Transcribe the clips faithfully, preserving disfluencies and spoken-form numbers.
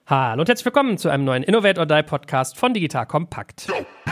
Hallo und herzlich willkommen zu einem neuen Innovate or Die Podcast von Digital Compact.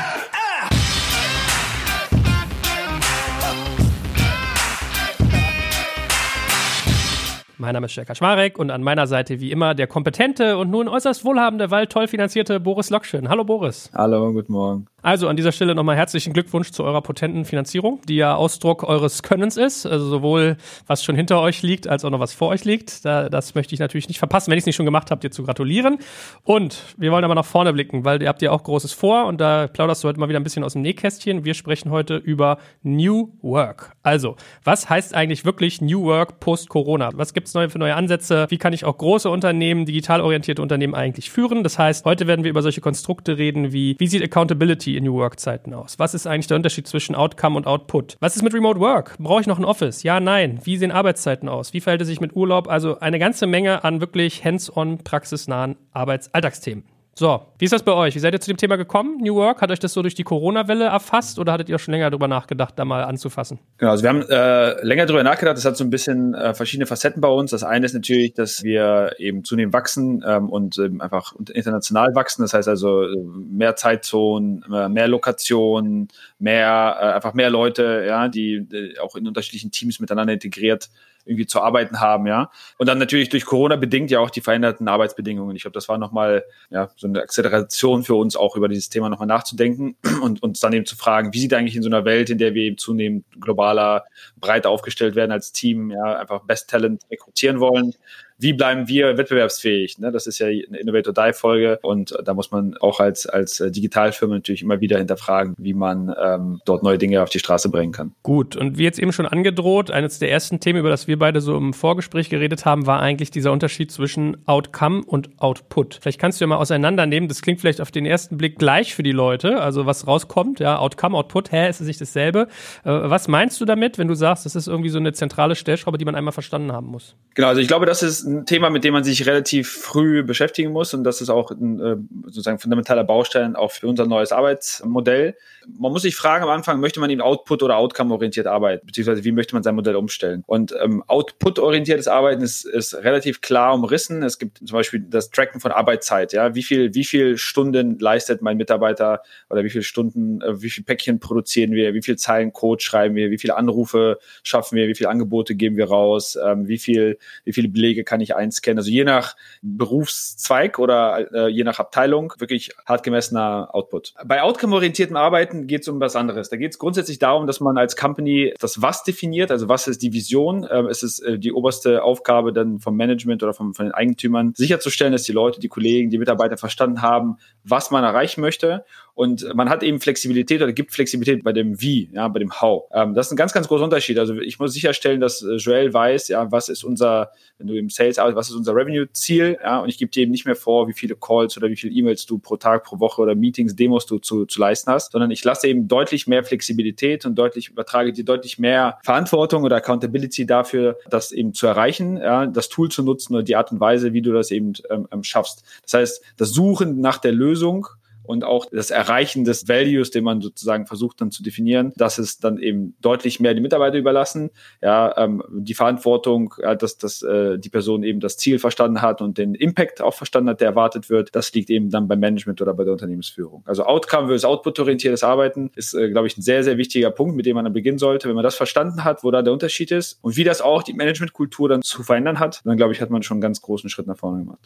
Mein Name ist Jörg Kaczmarek und an meiner Seite wie immer der kompetente und nun äußerst wohlhabende, weil toll finanzierte Boris Lokschin. Hallo Boris. Hallo, guten Morgen. Also an dieser Stelle nochmal herzlichen Glückwunsch zu eurer potenten Finanzierung, die ja Ausdruck eures Könnens ist. Also sowohl was schon hinter euch liegt, als auch noch was vor euch liegt. Da, das möchte ich natürlich nicht verpassen, wenn ich es nicht schon gemacht habe, dir zu gratulieren. Und wir wollen aber nach vorne blicken, weil ihr habt ja auch Großes vor und da plauderst du heute mal wieder ein bisschen aus dem Nähkästchen. Wir sprechen heute über New Work. Also, was heißt eigentlich wirklich New Work post-Corona? Was gibt es neu für neue Ansätze? Wie kann ich auch große Unternehmen, digital orientierte Unternehmen eigentlich führen? Das heißt, heute werden wir über solche Konstrukte reden wie, wie sieht Accountability in New Work-Zeiten aus? Was ist eigentlich der Unterschied zwischen Outcome und Output? Was ist mit Remote Work? Brauche ich noch ein Office? Ja, nein. Wie sehen Arbeitszeiten aus? Wie verhält es sich mit Urlaub? Also eine ganze Menge an wirklich hands-on, praxisnahen Arbeitsalltagsthemen. So, wie ist das bei euch? Wie seid ihr zu dem Thema gekommen? New Work, hat euch das so durch die Corona-Welle erfasst oder hattet ihr schon länger darüber nachgedacht, da mal anzufassen? Genau, also wir haben äh, länger darüber nachgedacht. Das hat so ein bisschen äh, verschiedene Facetten bei uns. Das eine ist natürlich, dass wir eben zunehmend wachsen ähm, und ähm, einfach international wachsen. Das heißt also mehr Zeitzonen, äh, mehr Lokationen, mehr äh, einfach mehr Leute, ja, die äh, auch in unterschiedlichen Teams miteinander integriert irgendwie zu arbeiten haben, ja. Und dann natürlich durch Corona bedingt ja auch die veränderten Arbeitsbedingungen. Ich glaube, das war nochmal ja, so eine Acceleration für uns auch über dieses Thema nochmal nachzudenken und uns dann eben zu fragen, wie sieht eigentlich in so einer Welt, in der wir eben zunehmend globaler, breiter aufgestellt werden als Team, ja, einfach Best Talent rekrutieren wollen. Wie bleiben wir wettbewerbsfähig? Ne? Das ist ja eine Innovate or Die Folge und da muss man auch als als Digitalfirma natürlich immer wieder hinterfragen, wie man ähm, dort neue Dinge auf die Straße bringen kann. Gut, und wie jetzt eben schon angedroht, eines der ersten Themen, über das wir beide so im Vorgespräch geredet haben, war eigentlich dieser Unterschied zwischen Outcome und Output. Vielleicht kannst du ja mal auseinandernehmen, das klingt vielleicht auf den ersten Blick gleich für die Leute, also was rauskommt, ja, Outcome, Output, hä, ist es nicht dasselbe? Äh, was meinst du damit, wenn du sagst, das ist irgendwie so eine zentrale Stellschraube, die man einmal verstanden haben muss? Genau, also ich glaube, das ist ein Thema, mit dem man sich relativ früh beschäftigen muss und das ist auch ein äh, sozusagen fundamentaler Baustein auch für unser neues Arbeitsmodell. Man muss sich fragen am Anfang, möchte man eben Output- oder Outcome-orientiert arbeiten, beziehungsweise wie möchte man sein Modell umstellen? Und ähm, Output-orientiertes Arbeiten ist, ist relativ klar umrissen. Es gibt zum Beispiel das Tracken von Arbeitszeit. Ja, wie viel, wie viel Stunden leistet mein Mitarbeiter oder wie viele Stunden, äh, wie viel Päckchen produzieren wir, wie viel Zeilen Code schreiben wir, wie viele Anrufe schaffen wir, wie viele Angebote geben wir raus, ähm, wie viel, wie viele Belege kann ich einscannen? Also je nach Berufszweig oder äh, je nach Abteilung wirklich hart gemessener Output. Bei Outcome-orientiertem Arbeiten geht es um was anderes. Da geht es grundsätzlich darum, dass man als Company das Was definiert, also was ist die Vision. Ähm, es ist äh, die oberste Aufgabe dann vom Management oder vom, von den Eigentümern, sicherzustellen, dass die Leute, die Kollegen, die Mitarbeiter verstanden haben, was man erreichen möchte. Und man hat eben Flexibilität oder gibt Flexibilität bei dem Wie, ja, bei dem How. Ähm, das ist ein ganz, ganz großer Unterschied. Also ich muss sicherstellen, dass äh, Joel weiß, ja, was ist unser, wenn du im Sales arbeitest, was ist unser Revenue-Ziel, ja, und ich gebe dir eben nicht mehr vor, wie viele Calls oder wie viele E-Mails du pro Tag, pro Woche oder Meetings, Demos du zu, zu leisten hast, sondern ich lasse eben deutlich mehr Flexibilität und deutlich übertrage dir deutlich mehr Verantwortung oder Accountability dafür, das eben zu erreichen, ja, das Tool zu nutzen oder die Art und Weise, wie du das eben ähm, schaffst. Das heißt, das Suchen nach der Lösung und auch das Erreichen des Values, den man sozusagen versucht dann zu definieren, das ist dann eben deutlich mehr die Mitarbeiter überlassen. Ja, ähm, die Verantwortung, ja, dass, dass äh, die Person eben das Ziel verstanden hat und den Impact auch verstanden hat, der erwartet wird, das liegt eben dann beim Management oder bei der Unternehmensführung. Also Outcome versus Output-orientiertes Arbeiten ist, äh, glaube ich, ein sehr, sehr wichtiger Punkt, mit dem man dann beginnen sollte. Wenn man das verstanden hat, wo da der Unterschied ist und wie das auch die Managementkultur dann zu verändern hat, dann, glaube ich, hat man schon einen ganz großen Schritt nach vorne gemacht.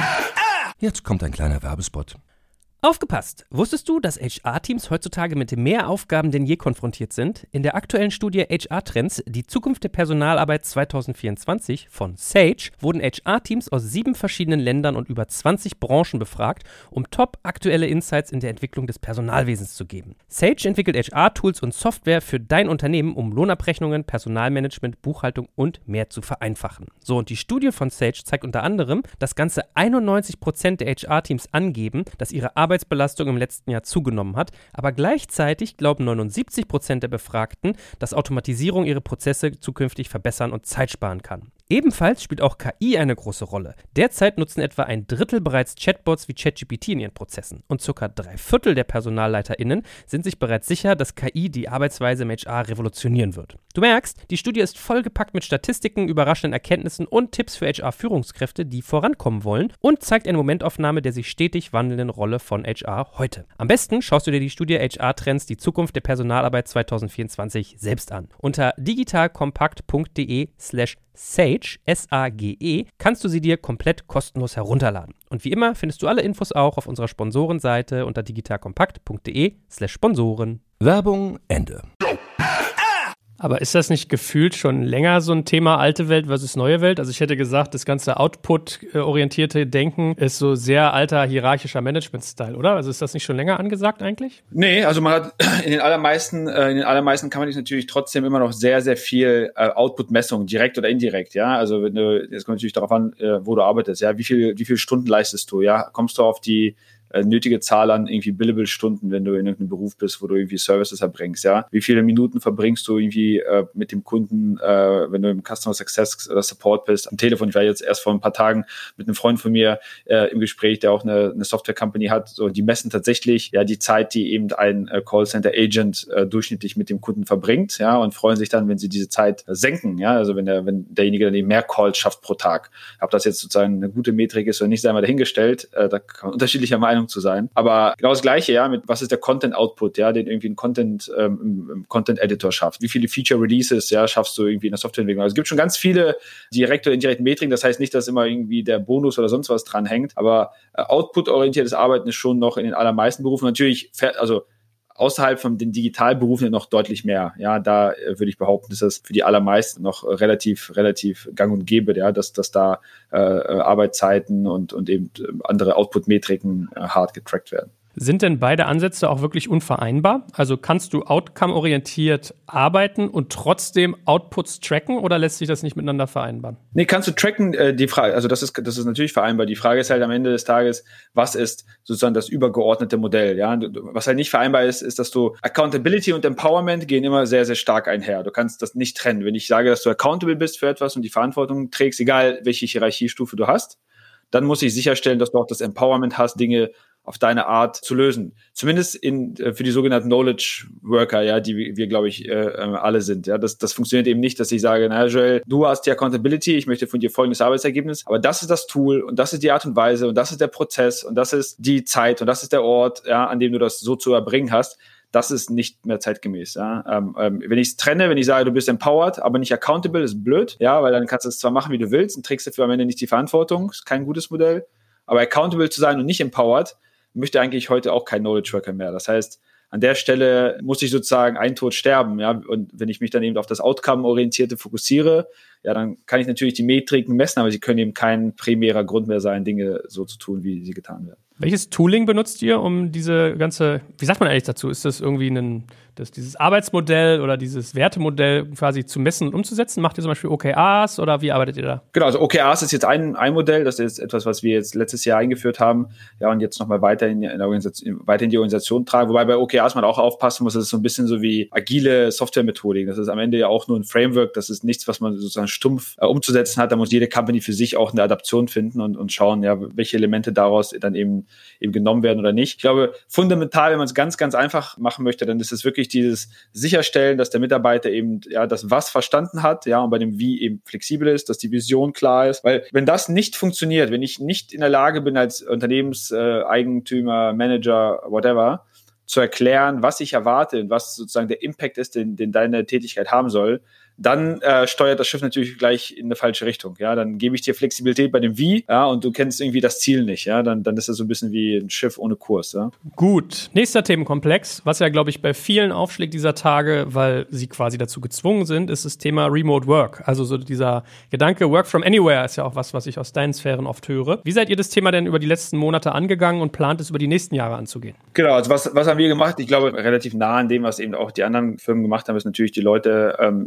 Jetzt kommt ein kleiner Werbespot. Aufgepasst! Wusstest du, dass H R-Teams heutzutage mit mehr Aufgaben denn je konfrontiert sind? In der aktuellen Studie H R-Trends, die Zukunft der Personalarbeit zwanzig vierundzwanzig von Sage, wurden H R-Teams aus sieben verschiedenen Ländern und über zwanzig Branchen befragt, um top aktuelle Insights in der Entwicklung des Personalwesens zu geben. Sage entwickelt H R-Tools und Software für dein Unternehmen, um Lohnabrechnungen, Personalmanagement, Buchhaltung und mehr zu vereinfachen. So, und die Studie von Sage zeigt unter anderem, dass ganze einundneunzig Prozent der H R-Teams angeben, dass ihre Arbeit Arbeitsbelastung im letzten Jahr zugenommen hat, aber gleichzeitig glauben neunundsiebzig Prozent der Befragten, dass Automatisierung ihre Prozesse zukünftig verbessern und Zeit sparen kann. Ebenfalls spielt auch K I eine große Rolle. Derzeit nutzen etwa ein Drittel bereits Chatbots wie ChatGPT in ihren Prozessen und circa drei Viertel der PersonalleiterInnen sind sich bereits sicher, dass K I die Arbeitsweise im H R revolutionieren wird. Du merkst, die Studie ist vollgepackt mit Statistiken, überraschenden Erkenntnissen und Tipps für H R-Führungskräfte, die vorankommen wollen und zeigt eine Momentaufnahme der sich stetig wandelnden Rolle von H R heute. Am besten schaust du dir die Studie H R-Trends, die Zukunft der Personalarbeit zwanzig vierundzwanzig selbst an. Unter digitalkompakt.de slash Sage, S A G E, kannst du sie dir komplett kostenlos herunterladen. Und wie immer findest du alle Infos auch auf unserer Sponsorenseite unter digitalkompakt.de slash Sponsoren. Werbung Ende. Aber ist das nicht gefühlt schon länger so ein Thema alte Welt versus neue Welt? Also ich hätte gesagt, das ganze Output-orientierte Denken ist so sehr alter hierarchischer Management-Style, oder? Also ist das nicht schon länger angesagt eigentlich? Nee, also man hat in den allermeisten, in den allermeisten kann man natürlich trotzdem immer noch sehr, sehr viel äh, Output-Messung, direkt oder indirekt, ja. Also wenn du, jetzt kommt natürlich darauf an, äh, wo du arbeitest, ja, wie viel, wie viele Stunden leistest du, ja? Kommst du auf die Äh, nötige Zahl an irgendwie billable Stunden, wenn du in irgendeinem Beruf bist, wo du irgendwie Services erbringst, ja. Wie viele Minuten verbringst du irgendwie äh, mit dem Kunden, äh, wenn du im Customer Success oder Support bist, am Telefon. Ich war jetzt erst vor ein paar Tagen mit einem Freund von mir äh, im Gespräch, der auch eine, eine Software-Company hat. So, die messen tatsächlich ja die Zeit, die eben ein äh, Callcenter-Agent äh, durchschnittlich mit dem Kunden verbringt, ja, und freuen sich dann, wenn sie diese Zeit äh, senken, ja. Also wenn der, wenn derjenige dann eben mehr Calls schafft pro Tag. Ob das jetzt sozusagen eine gute Metrik ist oder nicht, sei mal dahingestellt. Äh, da kann man unterschiedlicher Meinung zu sein. Aber genau das Gleiche, ja, mit was ist der Content-Output, ja, den irgendwie ein Content, ähm, im Content-Editor schafft. Wie viele Feature-Releases, ja, schaffst du irgendwie in der Softwareentwicklung? Also es gibt schon ganz viele direkte oder indirekte Metriken. Das heißt nicht, dass immer irgendwie der Bonus oder sonst was dran hängt. Aber äh, Output-orientiertes Arbeiten ist schon noch in den allermeisten Berufen natürlich, also außerhalb von den Digitalberufen noch deutlich mehr. Ja, da äh, würde ich behaupten, ist das für die allermeisten noch äh, relativ, relativ gang und gäbe, ja, dass, dass da äh, Arbeitszeiten und, und eben andere Output-Metriken äh, hart getrackt werden. Sind denn beide Ansätze auch wirklich unvereinbar? Also kannst du outcome-orientiert arbeiten und trotzdem Outputs tracken oder lässt sich das nicht miteinander vereinbaren? Nee, kannst du tracken, äh, die Frage, also das ist, das ist natürlich vereinbar. Die Frage ist halt am Ende des Tages, was ist sozusagen das übergeordnete Modell? Ja, was halt nicht vereinbar ist, ist, dass du Accountability und Empowerment gehen immer sehr, sehr stark einher. Du kannst das nicht trennen. Wenn ich sage, dass du accountable bist für etwas und die Verantwortung trägst, egal welche Hierarchiestufe du hast, dann muss ich sicherstellen, dass du auch das Empowerment hast, Dinge auf deine Art zu lösen. Zumindest in, für die sogenannten Knowledge Worker, ja, die wir, glaube ich, äh, alle sind. Ja, das, das funktioniert eben nicht, dass ich sage, na Joel, du hast die Accountability, ich möchte von dir folgendes Arbeitsergebnis, aber das ist das Tool und das ist die Art und Weise und das ist der Prozess und das ist die Zeit und das ist der Ort, ja, an dem du das so zu erbringen hast. Das ist nicht mehr zeitgemäß. Ja. Ähm, ähm, wenn ich es trenne, wenn ich sage, du bist empowered, aber nicht accountable, ist blöd, ja, weil dann kannst du es zwar machen, wie du willst und trägst dafür am Ende nicht die Verantwortung, ist kein gutes Modell, aber accountable zu sein und nicht empowered, möchte eigentlich heute auch kein Knowledge Worker mehr. Das heißt, an der Stelle muss ich sozusagen ein Tod sterben, ja, und wenn ich mich dann eben auf das Outcome-Orientierte fokussiere, ja, dann kann ich natürlich die Metriken messen, aber sie können eben kein primärer Grund mehr sein, Dinge so zu tun, wie sie getan werden. Welches Tooling benutzt ihr, um diese ganze, wie sagt man eigentlich dazu? Ist das irgendwie ein, das, dieses Arbeitsmodell oder dieses Wertemodell quasi zu messen und umzusetzen? Macht ihr zum Beispiel O K Rs oder wie arbeitet ihr da? Genau, also O K Rs ist jetzt ein, ein Modell, das ist etwas, was wir jetzt letztes Jahr eingeführt haben, ja, und jetzt nochmal weiter in, in, der Organisation, weiter in die Organisation tragen, wobei bei O K Rs man auch aufpassen muss, das ist so ein bisschen so wie agile Softwaremethodik. Das ist am Ende ja auch nur ein Framework, das ist nichts, was man sozusagen stumpf äh, umzusetzen hat. Da muss jede Company für sich auch eine Adaption finden und, und schauen, ja, welche Elemente daraus dann eben eben genommen werden oder nicht. Ich glaube, fundamental, wenn man es ganz, ganz einfach machen möchte, dann ist es wirklich dieses Sicherstellen, dass der Mitarbeiter eben ja das Was verstanden hat, ja, und bei dem Wie eben flexibel ist, dass die Vision klar ist. Weil wenn das nicht funktioniert, wenn ich nicht in der Lage bin, als Unternehmenseigentümer, Manager, whatever, zu erklären, was ich erwarte und was sozusagen der Impact ist, den, den deine Tätigkeit haben soll, dann äh, steuert das Schiff natürlich gleich in eine falsche Richtung. Ja, dann gebe ich dir Flexibilität bei dem Wie, ja, und du kennst irgendwie das Ziel nicht. Ja, dann, dann ist das so ein bisschen wie ein Schiff ohne Kurs. Ja. Gut, nächster Themenkomplex, was ja, glaube ich, bei vielen aufschlägt dieser Tage, weil sie quasi dazu gezwungen sind, ist das Thema Remote Work. Also so dieser Gedanke, Work from Anywhere ist ja auch was, was ich aus deinen Sphären oft höre. Wie seid ihr das Thema denn über die letzten Monate angegangen und plant es über die nächsten Jahre anzugehen? Genau, also was, was haben wir gemacht? Ich glaube, relativ nah an dem, was eben auch die anderen Firmen gemacht haben, ist natürlich die Leute ähm,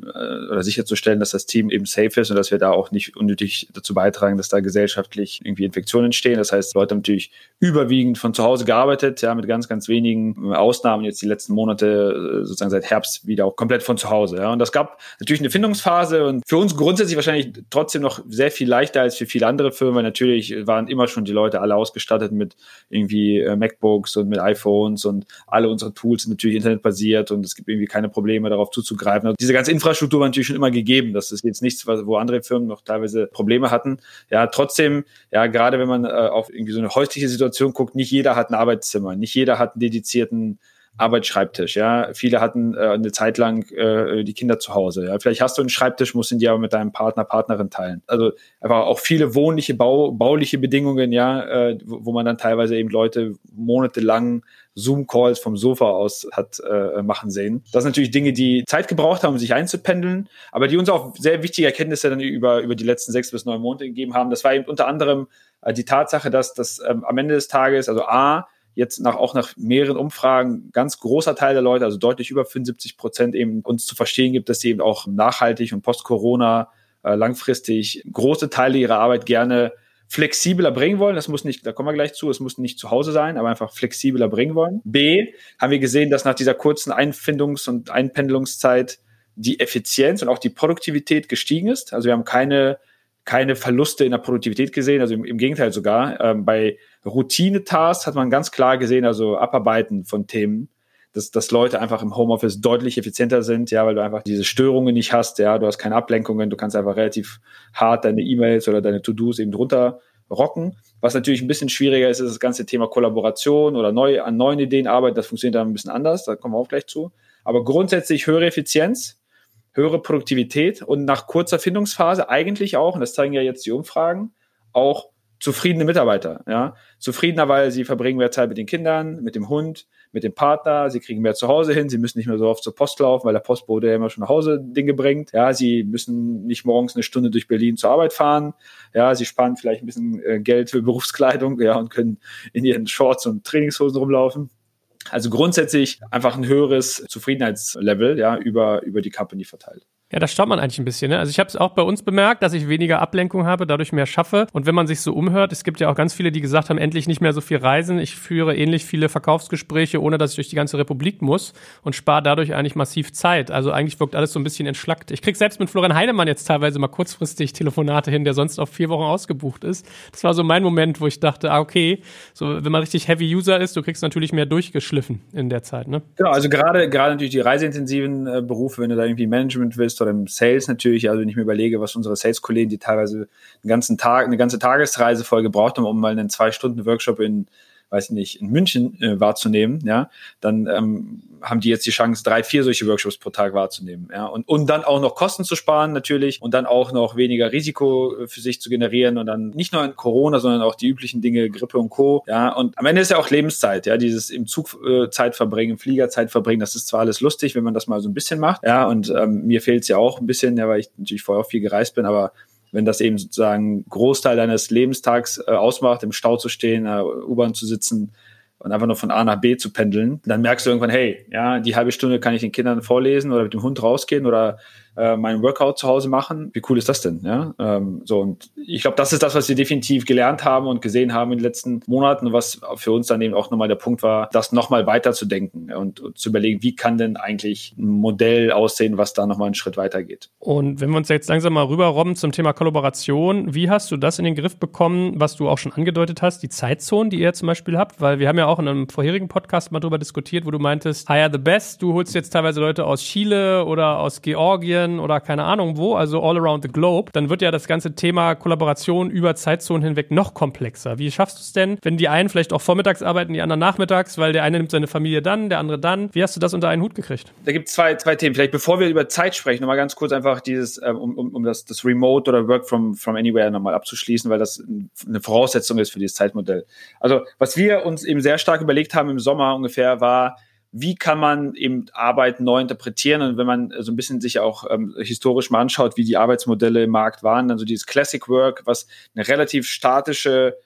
oder sicherzustellen, dass das Team eben safe ist und dass wir da auch nicht unnötig dazu beitragen, dass da gesellschaftlich irgendwie Infektionen entstehen. Das heißt, Leute haben natürlich überwiegend von zu Hause gearbeitet, ja, mit ganz, ganz wenigen Ausnahmen jetzt die letzten Monate sozusagen seit Herbst wieder auch komplett von zu Hause. Ja. Und das gab natürlich eine Findungsphase und für uns grundsätzlich wahrscheinlich trotzdem noch sehr viel leichter als für viele andere Firmen, weil natürlich waren immer schon die Leute alle ausgestattet mit irgendwie äh, MacBooks und mit iPhones und alle unsere Tools sind natürlich internetbasiert und es gibt irgendwie keine Probleme, darauf zuzugreifen. Also diese ganze Infrastruktur war natürlich schon immer gegeben. Das ist jetzt nichts, wo andere Firmen noch teilweise Probleme hatten. Ja, trotzdem, ja, gerade wenn man äh, auf irgendwie so eine häusliche Situation guckt, nicht jeder hat ein Arbeitszimmer, nicht jeder hat einen dedizierten Arbeitsschreibtisch, ja. Viele hatten äh, eine Zeit lang äh, die Kinder zu Hause, ja. Vielleicht hast du einen Schreibtisch, musst ihn dir aber mit deinem Partner, Partnerin teilen. Also einfach auch viele wohnliche, Bau, bauliche Bedingungen, ja, äh, wo, wo man dann teilweise eben Leute monatelang Zoom-Calls vom Sofa aus hat äh, machen sehen. Das sind natürlich Dinge, die Zeit gebraucht haben, um sich einzupendeln, aber die uns auch sehr wichtige Erkenntnisse dann über, über die letzten sechs bis neun Monate gegeben haben. Das war eben unter anderem äh, die Tatsache, dass das ähm, am Ende des Tages, also A, jetzt nach, auch nach mehreren Umfragen ganz großer Teil der Leute, also deutlich über fünfundsiebzig Prozent eben uns zu verstehen gibt, dass sie eben auch nachhaltig und post-Corona äh, langfristig große Teile ihrer Arbeit gerne flexibler bringen wollen. Das muss nicht, da kommen wir gleich zu, es muss nicht zu Hause sein, aber einfach flexibler bringen wollen. B, haben wir gesehen, dass nach dieser kurzen Einfindungs- und Einpendelungszeit die Effizienz und auch die Produktivität gestiegen ist. Also wir haben keine keine Verluste in der Produktivität gesehen, also im, im Gegenteil sogar. Ähm, bei Routine-Tasks hat man ganz klar gesehen, also Abarbeiten von Themen, dass, dass Leute einfach im Homeoffice deutlich effizienter sind, ja, weil du einfach diese Störungen nicht hast, ja, du hast keine Ablenkungen, du kannst einfach relativ hart deine E-Mails oder deine To-Dos eben drunter rocken. Was natürlich ein bisschen schwieriger ist, ist das ganze Thema Kollaboration oder neu, an neuen Ideen arbeiten, das funktioniert dann ein bisschen anders, da kommen wir auch gleich zu. Aber grundsätzlich höhere Effizienz, höhere Produktivität und nach kurzer Findungsphase eigentlich auch, und das zeigen ja jetzt die Umfragen, auch zufriedene Mitarbeiter. Ja? Zufriedener, weil sie verbringen mehr Zeit mit den Kindern, mit dem Hund, mit dem Partner, sie kriegen mehr zu Hause hin, sie müssen nicht mehr so oft zur Post laufen, weil der Postbote ja immer schon nach Hause Dinge bringt. Ja, sie müssen nicht morgens eine Stunde durch Berlin zur Arbeit fahren. Ja, sie sparen vielleicht ein bisschen äh, Geld für Berufskleidung, ja, und können in ihren Shorts und Trainingshosen rumlaufen. Also grundsätzlich einfach ein höheres Zufriedenheitslevel, ja, über, über die Company verteilt. Ja, da staunt man eigentlich ein bisschen, ne? Also ich habe es auch bei uns bemerkt, dass ich weniger Ablenkung habe, dadurch mehr schaffe. Und wenn man sich so umhört, es gibt ja auch ganz viele, die gesagt haben, endlich nicht mehr so viel reisen. Ich führe ähnlich viele Verkaufsgespräche, ohne dass ich durch die ganze Republik muss und spare dadurch eigentlich massiv Zeit. Also eigentlich wirkt alles so ein bisschen entschlackt. Ich krieg selbst mit Florian Heinemann jetzt teilweise mal kurzfristig Telefonate hin, der sonst auf vier Wochen ausgebucht ist. Das war so mein Moment, wo ich dachte, ah, okay, so wenn man richtig Heavy User ist, du kriegst natürlich mehr durchgeschliffen in der Zeit, ne? Genau, also gerade gerade natürlich die reiseintensiven äh, Berufe, wenn du da irgendwie Management willst oder im Sales natürlich, also wenn ich mir überlege, was unsere Sales-Kollegen, die teilweise einen ganzen Tag, eine ganze Tagesreise voll gebraucht haben, um mal einen zwei-Stunden-Workshop in, weiß nicht, in München äh, wahrzunehmen, ja, dann ähm, haben die jetzt die Chance, drei, vier solche Workshops pro Tag wahrzunehmen, ja, und, und dann auch noch Kosten zu sparen natürlich und dann auch noch weniger Risiko für sich zu generieren und dann nicht nur in Corona, sondern auch die üblichen Dinge, Grippe und Co., ja, und am Ende ist ja auch Lebenszeit, ja, dieses im Zug äh, Zeit verbringen, im Flieger Zeit verbringen, das ist zwar alles lustig, wenn man das mal so ein bisschen macht, ja, und ähm, mir fehlt es ja auch ein bisschen, ja, weil ich natürlich vorher auch viel gereist bin, aber wenn das eben sozusagen Großteil deines Lebenstags äh, ausmacht, im Stau zu stehen, äh, U-Bahn zu sitzen und einfach nur von A nach B zu pendeln, dann merkst du irgendwann, hey, ja, die halbe Stunde kann ich den Kindern vorlesen oder mit dem Hund rausgehen oder äh, meinen Workout zu Hause machen. Wie cool ist das denn? Ja, ähm, so, und ich glaube, das ist das, was wir definitiv gelernt haben und gesehen haben in den letzten Monaten und was für uns dann eben auch nochmal der Punkt war, das nochmal weiterzudenken und, und zu überlegen, wie kann denn eigentlich ein Modell aussehen, was da nochmal einen Schritt weitergeht. Und wenn wir uns jetzt langsam mal rüberrobben zum Thema Kollaboration, wie hast du das in den Griff bekommen, was du auch schon angedeutet hast, die Zeitzonen, die ihr zum Beispiel habt? Weil wir haben ja auch in einem vorherigen Podcast mal drüber diskutiert, wo du meintest, hire the best, du holst jetzt teilweise Leute aus Chile oder aus Georgien oder keine Ahnung wo, also all around the globe, dann wird ja das ganze Thema Kollaboration über Zeitzonen hinweg noch komplexer. Wie schaffst du es denn, wenn die einen vielleicht auch vormittags arbeiten, die anderen nachmittags, weil der eine nimmt seine Familie dann, der andere dann? Wie hast du das unter einen Hut gekriegt? Da gibt es zwei, zwei Themen. Vielleicht bevor wir über Zeit sprechen, nochmal ganz kurz einfach dieses, ähm, um, um, um das, das Remote oder Work from, from Anywhere nochmal abzuschließen, weil das eine Voraussetzung ist für dieses Zeitmodell. Also was wir uns eben sehr stark überlegt haben im Sommer ungefähr war, wie kann man eben Arbeit neu interpretieren? Und wenn man so ein bisschen sich auch ähm, historisch mal anschaut, wie die Arbeitsmodelle im Markt waren, dann so dieses Classic Work, was eine relativ statische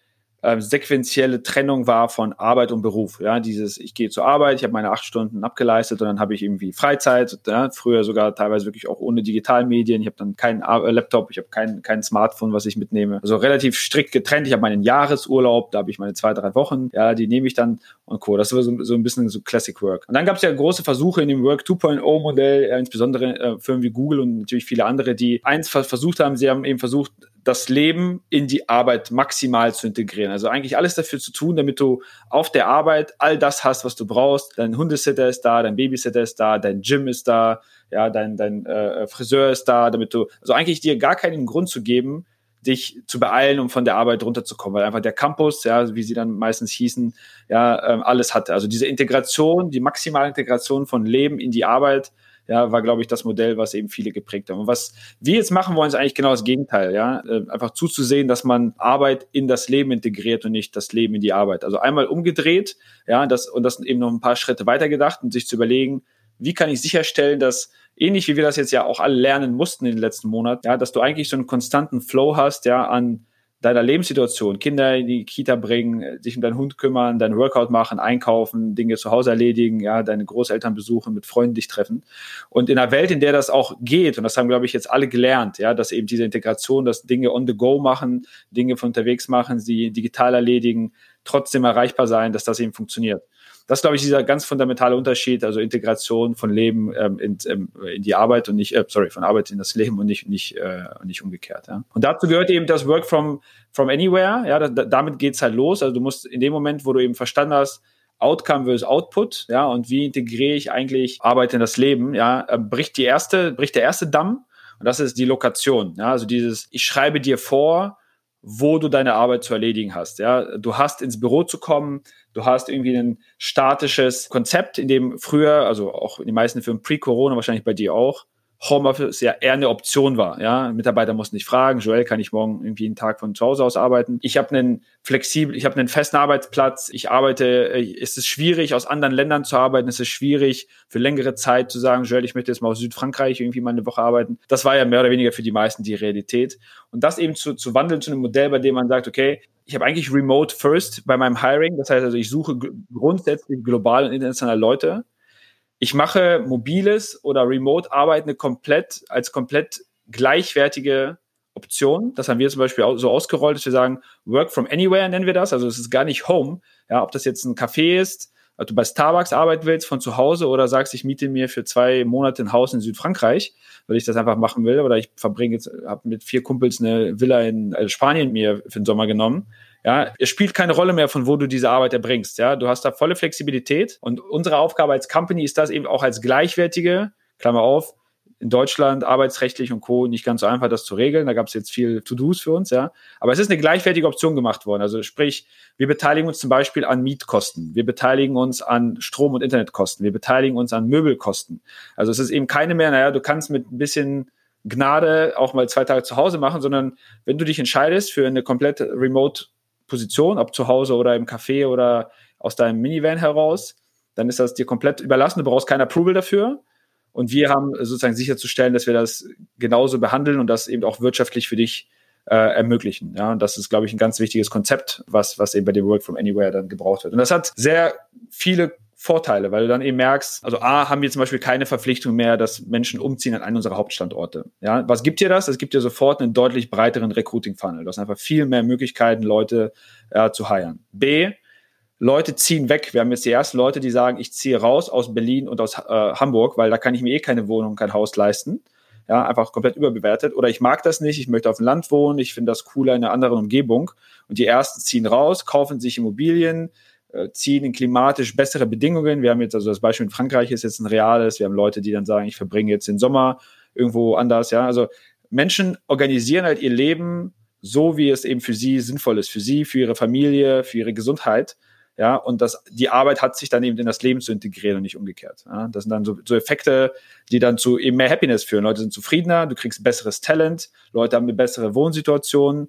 äh, sequentielle Trennung war von Arbeit und Beruf. Ja, dieses, ich gehe zur Arbeit, ich habe meine acht Stunden abgeleistet und dann habe ich irgendwie Freizeit. Ja, früher sogar teilweise wirklich auch ohne Digitalmedien. Ich habe dann keinen äh, Laptop, ich habe kein, kein Smartphone, was ich mitnehme. Also relativ strikt getrennt. Ich habe meinen Jahresurlaub, da habe ich meine zwei, drei Wochen. Ja, die nehme ich dann und Co. Das war so, so ein bisschen so Classic Work. Und dann gab es ja große Versuche in dem Work zwei Punkt null Modell, äh, insbesondere äh, Firmen wie Google und natürlich viele andere, die eins versucht haben, sie haben eben versucht, das Leben in die Arbeit maximal zu integrieren. Also eigentlich alles dafür zu tun, damit du auf der Arbeit all das hast, was du brauchst. Dein Hundesitter ist da, dein Babysitter ist da, dein Gym ist da, ja, dein, dein äh, Friseur ist da, damit du, also eigentlich dir gar keinen Grund zu geben, dich zu beeilen, um von der Arbeit runterzukommen, weil einfach der Campus, ja, wie sie dann meistens hießen, ja, ähm, alles hatte. Also diese Integration, die maximale Integration von Leben in die Arbeit, ja, war, glaube ich, das Modell, was eben viele geprägt haben. Und was wir jetzt machen wollen, ist eigentlich genau das Gegenteil, ja, äh, einfach zuzusehen, dass man Arbeit in das Leben integriert und nicht das Leben in die Arbeit. Also einmal umgedreht, ja, das und das eben noch ein paar Schritte weitergedacht und sich zu überlegen, wie kann ich sicherstellen, dass ähnlich wie wir das jetzt ja auch alle lernen mussten in den letzten Monaten, ja, dass du eigentlich so einen konstanten Flow hast, ja, an deiner Lebenssituation, Kinder in die Kita bringen, sich um deinen Hund kümmern, dein Workout machen, einkaufen, Dinge zu Hause erledigen, ja, deine Großeltern besuchen, mit Freunden dich treffen. Und in einer Welt, in der das auch geht, und das haben, glaube ich, jetzt alle gelernt, ja, dass eben diese Integration, dass Dinge on the go machen, Dinge von unterwegs machen, sie digital erledigen, trotzdem erreichbar sein, dass das eben funktioniert. Das ist, glaube ich, dieser ganz fundamentale Unterschied, also Integration von Leben ähm, in, ähm, in die Arbeit und nicht, äh, sorry, von Arbeit in das Leben und nicht nicht äh, nicht umgekehrt. Ja. Und dazu gehört eben das Work from from anywhere. Ja, da, damit geht's halt los. Also du musst in dem Moment, wo du eben verstanden hast, Outcome versus Output, ja, und wie integriere ich eigentlich Arbeit in das Leben, ja, äh, bricht die erste, bricht der erste Damm, und das ist die Lokation. Ja, also dieses, ich schreibe dir vor, wo du deine Arbeit zu erledigen hast. Ja, du hast ins Büro zu kommen, du hast irgendwie ein statisches Konzept, in dem früher, also auch in den meisten Firmen pre-Corona, wahrscheinlich bei dir auch, Homeoffice ja eher eine Option war. Ja, Mitarbeiter mussten nicht fragen, Joel, kann ich morgen irgendwie einen Tag von zu Hause aus arbeiten? Ich habe einen flexibel, ich habe einen festen Arbeitsplatz. Ich arbeite. Es ist schwierig, aus anderen Ländern zu arbeiten. Es ist schwierig, für längere Zeit zu sagen, Joel, ich möchte jetzt mal aus Südfrankreich irgendwie mal eine Woche arbeiten. Das war ja mehr oder weniger für die meisten die Realität. Und das eben zu, zu wandeln zu einem Modell, bei dem man sagt, okay, ich habe eigentlich Remote First bei meinem Hiring. Das heißt also, ich suche g- grundsätzlich global und international Leute. Ich mache mobiles oder Remote-Arbeiten komplett als komplett gleichwertige Option. Das haben wir zum Beispiel so ausgerollt, dass wir sagen, Work from anywhere nennen wir das. Also es ist gar nicht Home. Ja, ob das jetzt ein Café ist, ob du bei Starbucks arbeiten willst von zu Hause oder sagst, ich miete mir für zwei Monate ein Haus in Südfrankreich, weil ich das einfach machen will. Oder ich verbringe jetzt, habe mit vier Kumpels eine Villa in also Spanien mir für den Sommer genommen. Ja, es spielt keine Rolle mehr, von wo du diese Arbeit erbringst. Ja, du hast da volle Flexibilität. Und unsere Aufgabe als Company ist das eben auch als gleichwertige, Klammer auf, in Deutschland arbeitsrechtlich und Co. nicht ganz so einfach, das zu regeln. Da gab es jetzt viel To-Dos für uns, ja. Aber es ist eine gleichwertige Option gemacht worden. Also sprich, wir beteiligen uns zum Beispiel an Mietkosten. Wir beteiligen uns an Strom- und Internetkosten. Wir beteiligen uns an Möbelkosten. Also es ist eben keine mehr, naja, du kannst mit ein bisschen Gnade auch mal zwei Tage zu Hause machen, sondern wenn du dich entscheidest für eine komplette Remote-Position, ob zu Hause oder im Café oder aus deinem Minivan heraus, dann ist das dir komplett überlassen. Du brauchst kein Approval dafür. Und wir haben sozusagen sicherzustellen, dass wir das genauso behandeln und das eben auch wirtschaftlich für dich äh, ermöglichen. Ja, und das ist, glaube ich, ein ganz wichtiges Konzept, was, was eben bei dem Work from Anywhere dann gebraucht wird. Und das hat sehr viele Vorteile, weil du dann eben merkst, also A, haben wir zum Beispiel keine Verpflichtung mehr, dass Menschen umziehen an einen unserer Hauptstandorte. Ja, was gibt dir das? Es gibt dir sofort einen deutlich breiteren Recruiting-Funnel. Du hast einfach viel mehr Möglichkeiten, Leute äh, zu hiren. B, Leute ziehen weg. Wir haben jetzt die ersten Leute, die sagen, ich ziehe raus aus Berlin und aus äh, Hamburg, weil da kann ich mir eh keine Wohnung, kein Haus leisten. Ja, einfach komplett überbewertet. Oder ich mag das nicht, ich möchte auf dem Land wohnen, ich finde das cooler in einer anderen Umgebung. Und die ersten ziehen raus, kaufen sich Immobilien, äh, ziehen in klimatisch bessere Bedingungen. Wir haben jetzt, also das Beispiel in Frankreich ist jetzt ein reales. Wir haben Leute, die dann sagen, ich verbringe jetzt den Sommer irgendwo anders. Ja, also Menschen organisieren halt ihr Leben so, wie es eben für sie sinnvoll ist. Für sie, für ihre Familie, für ihre Gesundheit. Ja, und das, die Arbeit hat sich dann eben in das Leben zu integrieren und nicht umgekehrt. Ja, das sind dann so, so Effekte, die dann zu eben mehr Happiness führen. Leute sind zufriedener, du kriegst besseres Talent, Leute haben eine bessere Wohnsituation,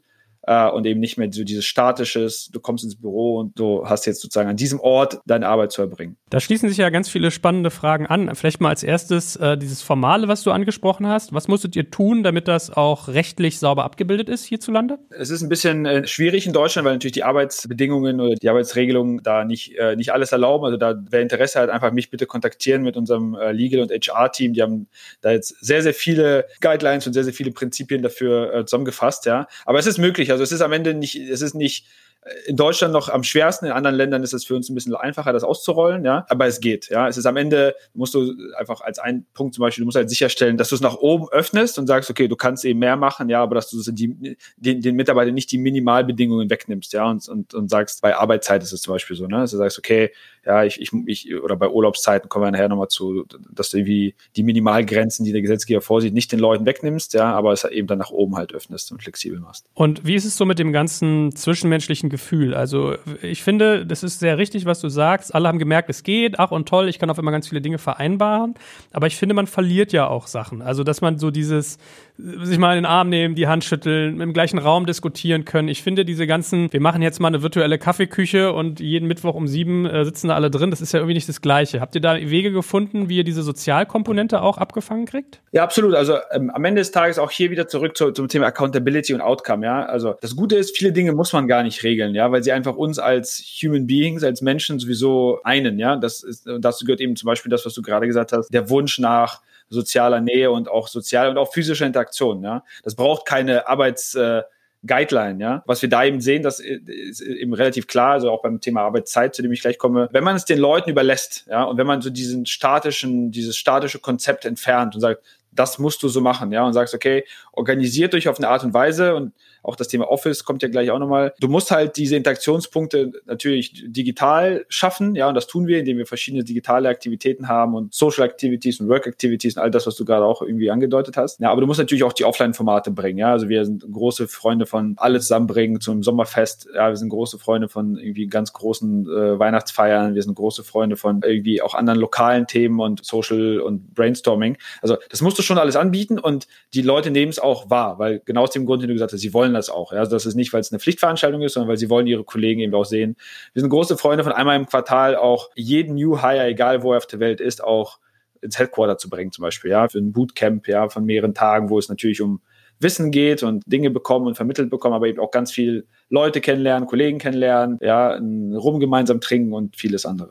äh, und eben nicht mehr so dieses statisches, du kommst ins Büro und du hast jetzt sozusagen an diesem Ort deine Arbeit zu erbringen. Da schließen sich ja ganz viele spannende Fragen an. Vielleicht mal als erstes äh, dieses Formale, was du angesprochen hast. Was musstet ihr tun, damit das auch rechtlich sauber abgebildet ist hierzulande? Es ist ein bisschen äh, schwierig in Deutschland, weil natürlich die Arbeitsbedingungen oder die Arbeitsregelungen da nicht, äh, nicht alles erlauben. Also da, wer Interesse hat, einfach mich bitte kontaktieren mit unserem äh, Legal- und H R-Team. Die haben da jetzt sehr, sehr viele Guidelines und sehr, sehr viele Prinzipien dafür äh, zusammengefasst, ja. Aber es ist möglich. Also es ist am Ende nicht, es ist nicht in Deutschland noch am schwersten, in anderen Ländern ist es für uns ein bisschen einfacher, das auszurollen, ja, aber es geht, ja, es ist am Ende, musst du einfach als ein Punkt zum Beispiel, du musst halt sicherstellen, dass du es nach oben öffnest und sagst, okay, du kannst eben mehr machen, ja, aber dass du die, den, den Mitarbeitern nicht die Minimalbedingungen wegnimmst, ja, und, und, und sagst, bei Arbeitszeit ist es zum Beispiel so, ne, dass du sagst, okay, ja, ich, ich, ich oder bei Urlaubszeiten kommen wir nachher nochmal zu, dass du irgendwie die Minimalgrenzen, die der Gesetzgeber vorsieht, nicht den Leuten wegnimmst, ja, aber es eben dann nach oben halt öffnest und flexibel machst. Und wie ist es so mit dem ganzen zwischenmenschlichen Gefühl? Also ich finde, das ist sehr richtig, was du sagst. Alle haben gemerkt, es geht, ach und toll, ich kann auf einmal ganz viele Dinge vereinbaren. Aber ich finde, man verliert ja auch Sachen. Also dass man so dieses, sich mal in den Arm nehmen, die Hand schütteln, im gleichen Raum diskutieren können. Ich finde diese ganzen, wir machen jetzt mal eine virtuelle Kaffeeküche und jeden Mittwoch um sieben äh, sitzen da alle drin. Das ist ja irgendwie nicht das Gleiche. Habt ihr da Wege gefunden, wie ihr diese Sozialkomponente auch abgefangen kriegt? Ja, absolut. Also ähm, am Ende des Tages auch hier wieder zurück zu, zum Thema Accountability und Outcome. Ja, also das Gute ist, viele Dinge muss man gar nicht regeln, ja, weil sie einfach uns als Human Beings, als Menschen sowieso einen. Ja, das ist, dazu gehört eben zum Beispiel das, was du gerade gesagt hast, der Wunsch nach sozialer Nähe und auch sozialer und auch physischer Interaktion. Ja, das braucht keine Arbeits äh, Guideline, ja. Was wir da eben sehen, das ist eben relativ klar, also auch beim Thema Arbeitszeit, zu dem ich gleich komme. Wenn man es den Leuten überlässt, ja, und wenn man so diesen statischen, dieses statische Konzept entfernt und sagt, das musst du so machen, ja, und sagst, okay, organisiert euch auf eine Art und Weise und auch das Thema Office kommt ja gleich auch nochmal. Du musst halt diese Interaktionspunkte natürlich digital schaffen, ja, und das tun wir, indem wir verschiedene digitale Aktivitäten haben und Social Activities und Work Activities und all das, was du gerade auch irgendwie angedeutet hast. Ja, aber du musst natürlich auch die Offline-Formate bringen, ja, also wir sind große Freunde von alle zusammenbringen zum Sommerfest, ja, wir sind große Freunde von irgendwie ganz großen äh, Weihnachtsfeiern, wir sind große Freunde von irgendwie auch anderen lokalen Themen und Social und Brainstorming. Also das musst du schon alles anbieten und die Leute nehmen es auch wahr, weil genau aus dem Grund, den du gesagt hast, sie wollen das auch. Ja? Also das ist nicht, weil es eine Pflichtveranstaltung ist, sondern weil sie wollen ihre Kollegen eben auch sehen. Wir sind große Freunde von einmal im Quartal auch jeden New Hire, egal wo er auf der Welt ist, auch ins Headquarter zu bringen zum Beispiel, ja, für ein Bootcamp, ja, von mehreren Tagen, wo es natürlich um Wissen geht und Dinge bekommen und vermittelt bekommen, aber eben auch ganz viel Leute kennenlernen, Kollegen kennenlernen, ja, ein Rum gemeinsam trinken und vieles andere.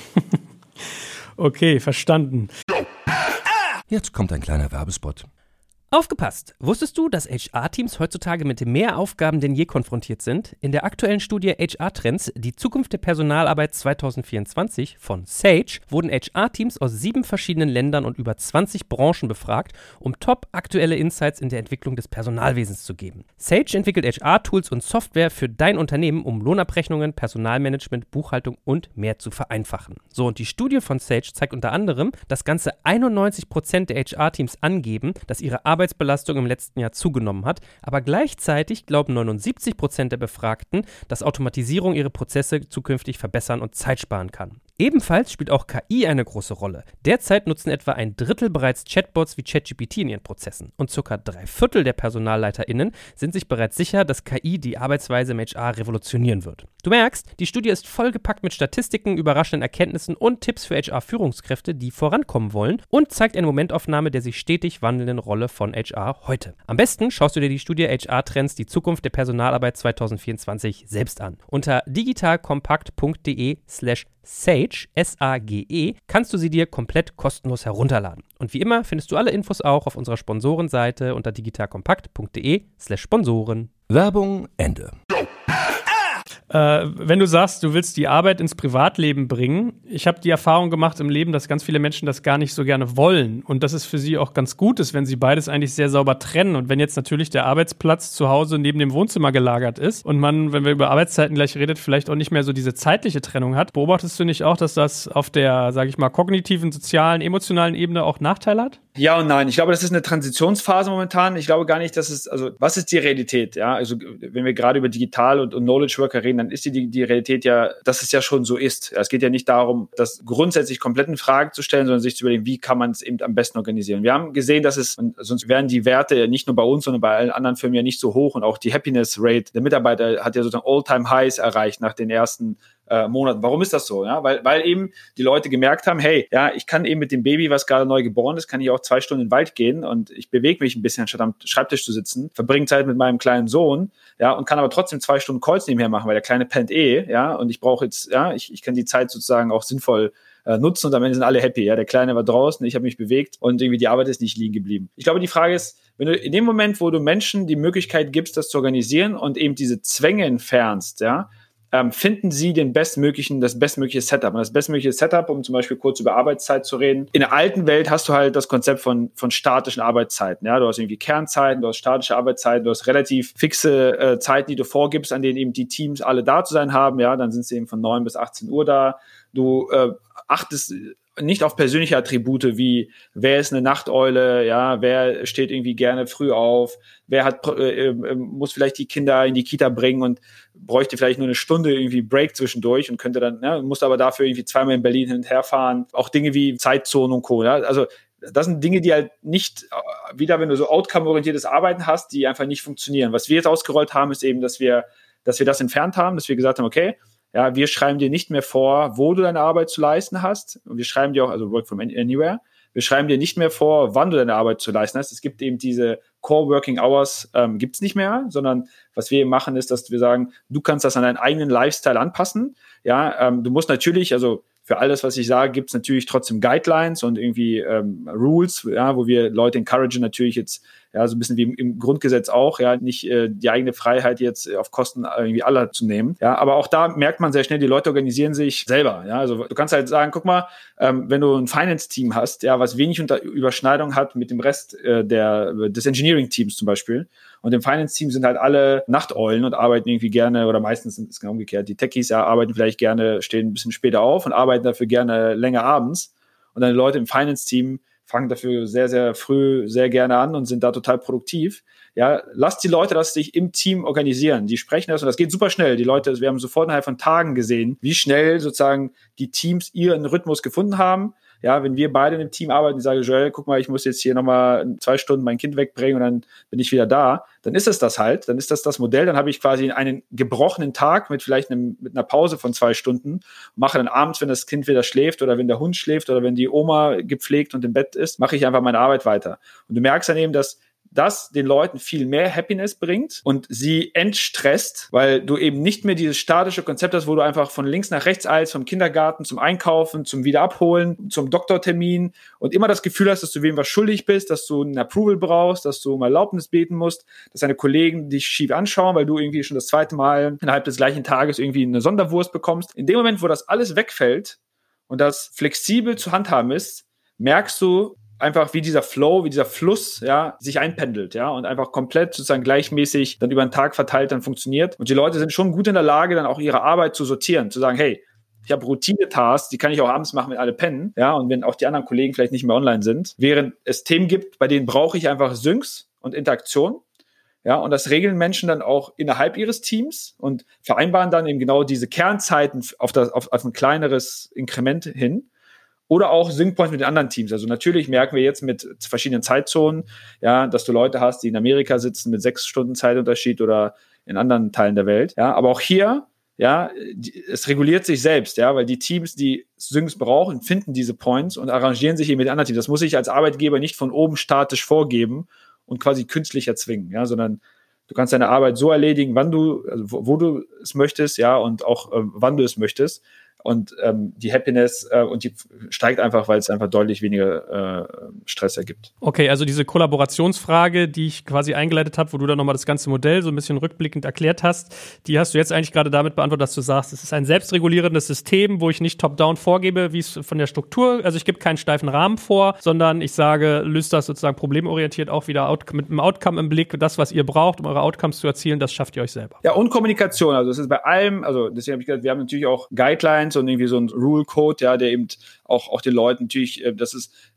Okay, verstanden. Jetzt kommt ein kleiner Werbespot. Aufgepasst! Wusstest du, dass H R-Teams heutzutage mit mehr Aufgaben denn je konfrontiert sind? In der aktuellen Studie H R-Trends, die Zukunft der Personalarbeit zwanzig vierundzwanzig von Sage, wurden H R-Teams aus sieben verschiedenen Ländern und über zwanzig Branchen befragt, um top aktuelle Insights in der Entwicklung des Personalwesens zu geben. Sage entwickelt H R-Tools und Software für dein Unternehmen, um Lohnabrechnungen, Personalmanagement, Buchhaltung und mehr zu vereinfachen. So, und die Studie von Sage zeigt unter anderem, dass ganze einundneunzig Prozent der H R-Teams angeben, dass ihre Arbeit Arbeitsbelastung im letzten Jahr zugenommen hat, aber gleichzeitig glauben neunundsiebzig Prozent der Befragten, dass Automatisierung ihre Prozesse zukünftig verbessern und Zeit sparen kann. Ebenfalls spielt auch K I eine große Rolle. Derzeit nutzen etwa ein Drittel bereits Chatbots wie ChatGPT in ihren Prozessen und circa drei Viertel der PersonalleiterInnen sind sich bereits sicher, dass K I die Arbeitsweise im H R revolutionieren wird. Du merkst, die Studie ist vollgepackt mit Statistiken, überraschenden Erkenntnissen und Tipps für H R-Führungskräfte, die vorankommen wollen und zeigt eine Momentaufnahme der sich stetig wandelnden Rolle von H R heute. Am besten schaust du dir die Studie H R-Trends, die Zukunft der Personalarbeit zwanzig vierundzwanzig selbst an. Unter digitalkompakt.de slash Sage, S A G E, kannst du sie dir komplett kostenlos herunterladen. Und wie immer findest du alle Infos auch auf unserer Sponsorenseite unter digitalkompakt.de slash Sponsoren. Werbung Ende. Äh, wenn du sagst, du willst die Arbeit ins Privatleben bringen, ich habe die Erfahrung gemacht im Leben, dass ganz viele Menschen das gar nicht so gerne wollen und dass es für sie auch ganz gut ist, wenn sie beides eigentlich sehr sauber trennen und wenn jetzt natürlich der Arbeitsplatz zu Hause neben dem Wohnzimmer gelagert ist und man, wenn wir über Arbeitszeiten gleich redet, vielleicht auch nicht mehr so diese zeitliche Trennung hat, beobachtest du nicht auch, dass das auf der, sage ich mal, kognitiven, sozialen, emotionalen Ebene auch Nachteile hat? Ja und nein. Ich glaube, das ist eine Transitionsphase momentan. Ich glaube gar nicht, dass es, also was ist die Realität? Ja, also wenn wir gerade über Digital und, und Knowledge Worker reden, dann ist die, die Realität ja, dass es ja schon so ist. Ja, es geht ja nicht darum, das grundsätzlich komplett in Frage zu stellen, sondern sich zu überlegen, wie kann man es eben am besten organisieren. Wir haben gesehen, dass es, und sonst wären die Werte ja nicht nur bei uns, sondern bei allen anderen Firmen ja nicht so hoch und auch die Happiness Rate der Mitarbeiter hat ja sozusagen All-Time-Highs erreicht nach den ersten Äh, Monaten. Warum ist das so? Ja, weil, weil eben die Leute gemerkt haben, hey, ja, ich kann eben mit dem Baby, was gerade neu geboren ist, kann ich auch zwei Stunden in den Wald gehen und ich bewege mich ein bisschen, anstatt am Schreibtisch zu sitzen, verbringe Zeit mit meinem kleinen Sohn, ja, und kann aber trotzdem zwei Stunden Calls nebenher machen, weil der Kleine pennt eh, ja, und ich brauche jetzt, ja, ich, ich kann die Zeit sozusagen auch sinnvoll äh, nutzen und am Ende sind alle happy, ja, der Kleine war draußen, ich habe mich bewegt und irgendwie die Arbeit ist nicht liegen geblieben. Ich glaube, die Frage ist, wenn du in dem Moment, wo du Menschen die Möglichkeit gibst, das zu organisieren und eben diese Zwänge entfernst, ja, Ähm, finden Sie den bestmöglichen, das bestmögliche Setup. Und das bestmögliche Setup, um zum Beispiel kurz über Arbeitszeit zu reden. In der alten Welt hast du halt das Konzept von, von statischen Arbeitszeiten. Ja, du hast irgendwie Kernzeiten, du hast statische Arbeitszeiten, du hast relativ fixe äh, Zeiten, die du vorgibst, an denen eben die Teams alle da zu sein haben. Ja, dann sind sie eben von neun bis achtzehn Uhr da. Du äh, achtest nicht auf persönliche Attribute wie, wer ist eine Nachteule, ja, wer steht irgendwie gerne früh auf, wer hat äh, äh, muss vielleicht die Kinder in die Kita bringen und bräuchte vielleicht nur eine Stunde irgendwie Break zwischendurch und könnte dann, ja, muss aber dafür irgendwie zweimal in Berlin hin und her fahren. Auch Dinge wie Zeitzonen und Co. Ja? Also das sind Dinge, die halt nicht, wieder wenn du so outcome-orientiertes Arbeiten hast, die einfach nicht funktionieren. Was wir jetzt ausgerollt haben, ist eben, dass wir, dass wir das entfernt haben, dass wir gesagt haben, okay, ja, wir schreiben dir nicht mehr vor, wo du deine Arbeit zu leisten hast. Und wir schreiben dir auch, also Work from Anywhere. Wir schreiben dir nicht mehr vor, wann du deine Arbeit zu leisten hast. Es gibt eben diese Core Working Hours, ähm, gibt's nicht mehr, sondern was wir eben machen, ist, dass wir sagen, du kannst das an deinen eigenen Lifestyle anpassen. Ja, ähm, du musst natürlich, also für alles, was ich sage, gibt's natürlich trotzdem Guidelines und irgendwie ähm, Rules, ja, wo wir Leute encouragen, natürlich jetzt, ja, so ein bisschen wie im, im Grundgesetz auch, ja, nicht äh, die eigene Freiheit jetzt auf Kosten irgendwie aller zu nehmen. Ja, aber auch da merkt man sehr schnell, die Leute organisieren sich selber. Ja, also du kannst halt sagen, guck mal, ähm, wenn du ein Finance-Team hast, ja, was wenig unter Überschneidung hat mit dem Rest äh, der des Engineering-Teams zum Beispiel. Und im Finance-Team sind halt alle Nachteulen und arbeiten irgendwie gerne, oder meistens ist es genau umgekehrt. Die Techies ja, arbeiten vielleicht gerne, stehen ein bisschen später auf und arbeiten dafür gerne länger abends. Und dann die Leute im Finance-Team fangen dafür sehr, sehr früh sehr gerne an und sind da total produktiv. Ja, lasst die Leute das sich im Team organisieren. Die sprechen das und das geht super schnell. Die Leute, wir haben sofort innerhalb von Tagen gesehen, wie schnell sozusagen die Teams ihren Rhythmus gefunden haben. Ja, wenn wir beide in einem Team arbeiten, die sagen, Joel, guck mal, ich muss jetzt hier nochmal zwei Stunden mein Kind wegbringen und dann bin ich wieder da, dann ist es das halt, dann ist das das Modell, dann habe ich quasi einen gebrochenen Tag mit vielleicht einem, mit einer Pause von zwei Stunden, mache dann abends, wenn das Kind wieder schläft oder wenn der Hund schläft oder wenn die Oma gepflegt und im Bett ist, mache ich einfach meine Arbeit weiter. Und du merkst dann eben, dass das den Leuten viel mehr Happiness bringt und sie entstresst, weil du eben nicht mehr dieses statische Konzept hast, wo du einfach von links nach rechts eilst, vom Kindergarten zum Einkaufen, zum Wiederabholen, zum Doktortermin und immer das Gefühl hast, dass du wem was schuldig bist, dass du ein Approval brauchst, dass du um Erlaubnis beten musst, dass deine Kollegen dich schief anschauen, weil du irgendwie schon das zweite Mal innerhalb des gleichen Tages irgendwie eine Sonderwurst bekommst. In dem Moment, wo das alles wegfällt und das flexibel zu handhaben ist, merkst du, einfach wie dieser Flow, wie dieser Fluss, ja, sich einpendelt, ja, und einfach komplett sozusagen gleichmäßig dann über den Tag verteilt dann funktioniert. Und die Leute sind schon gut in der Lage, dann auch ihre Arbeit zu sortieren, zu sagen, hey, ich habe Routine-Tasks, die kann ich auch abends machen, wenn alle pennen, ja, und wenn auch die anderen Kollegen vielleicht nicht mehr online sind. Während es Themen gibt, bei denen brauche ich einfach Syncs und Interaktion, ja, und das regeln Menschen dann auch innerhalb ihres Teams und vereinbaren dann eben genau diese Kernzeiten auf das, auf, auf ein kleineres Inkrement hin. Oder auch Sync-Points mit den anderen Teams. Also natürlich merken wir jetzt mit verschiedenen Zeitzonen, ja, dass du Leute hast, die in Amerika sitzen mit sechs Stunden Zeitunterschied oder in anderen Teilen der Welt. Ja, aber auch hier, ja, die, es reguliert sich selbst, ja, weil die Teams, die Syncs brauchen, finden diese Points und arrangieren sich eben mit den anderen Teams. Das muss ich als Arbeitgeber nicht von oben statisch vorgeben und quasi künstlich erzwingen, ja, sondern du kannst deine Arbeit so erledigen, wann du, also wo, wo du es möchtest, ja, und auch äh, wann du es möchtest. Und ähm, die Happiness äh, und die steigt einfach, weil es einfach deutlich weniger äh, Stress ergibt. Okay, also diese Kollaborationsfrage, die ich quasi eingeleitet habe, wo du dann nochmal das ganze Modell so ein bisschen rückblickend erklärt hast, die hast du jetzt eigentlich gerade damit beantwortet, dass du sagst, es ist ein selbstregulierendes System, wo ich nicht top-down vorgebe, wie es von der Struktur, also ich gebe keinen steifen Rahmen vor, sondern ich sage, löst das sozusagen problemorientiert auch wieder out- mit einem Outcome im Blick, das, was ihr braucht, um eure Outcomes zu erzielen, das schafft ihr euch selber. Ja, und Kommunikation, also es ist bei allem, also deswegen habe ich gesagt, wir haben natürlich auch Guidelines und irgendwie so ein Rule Code, ja, der eben auch, auch den Leuten natürlich, das ist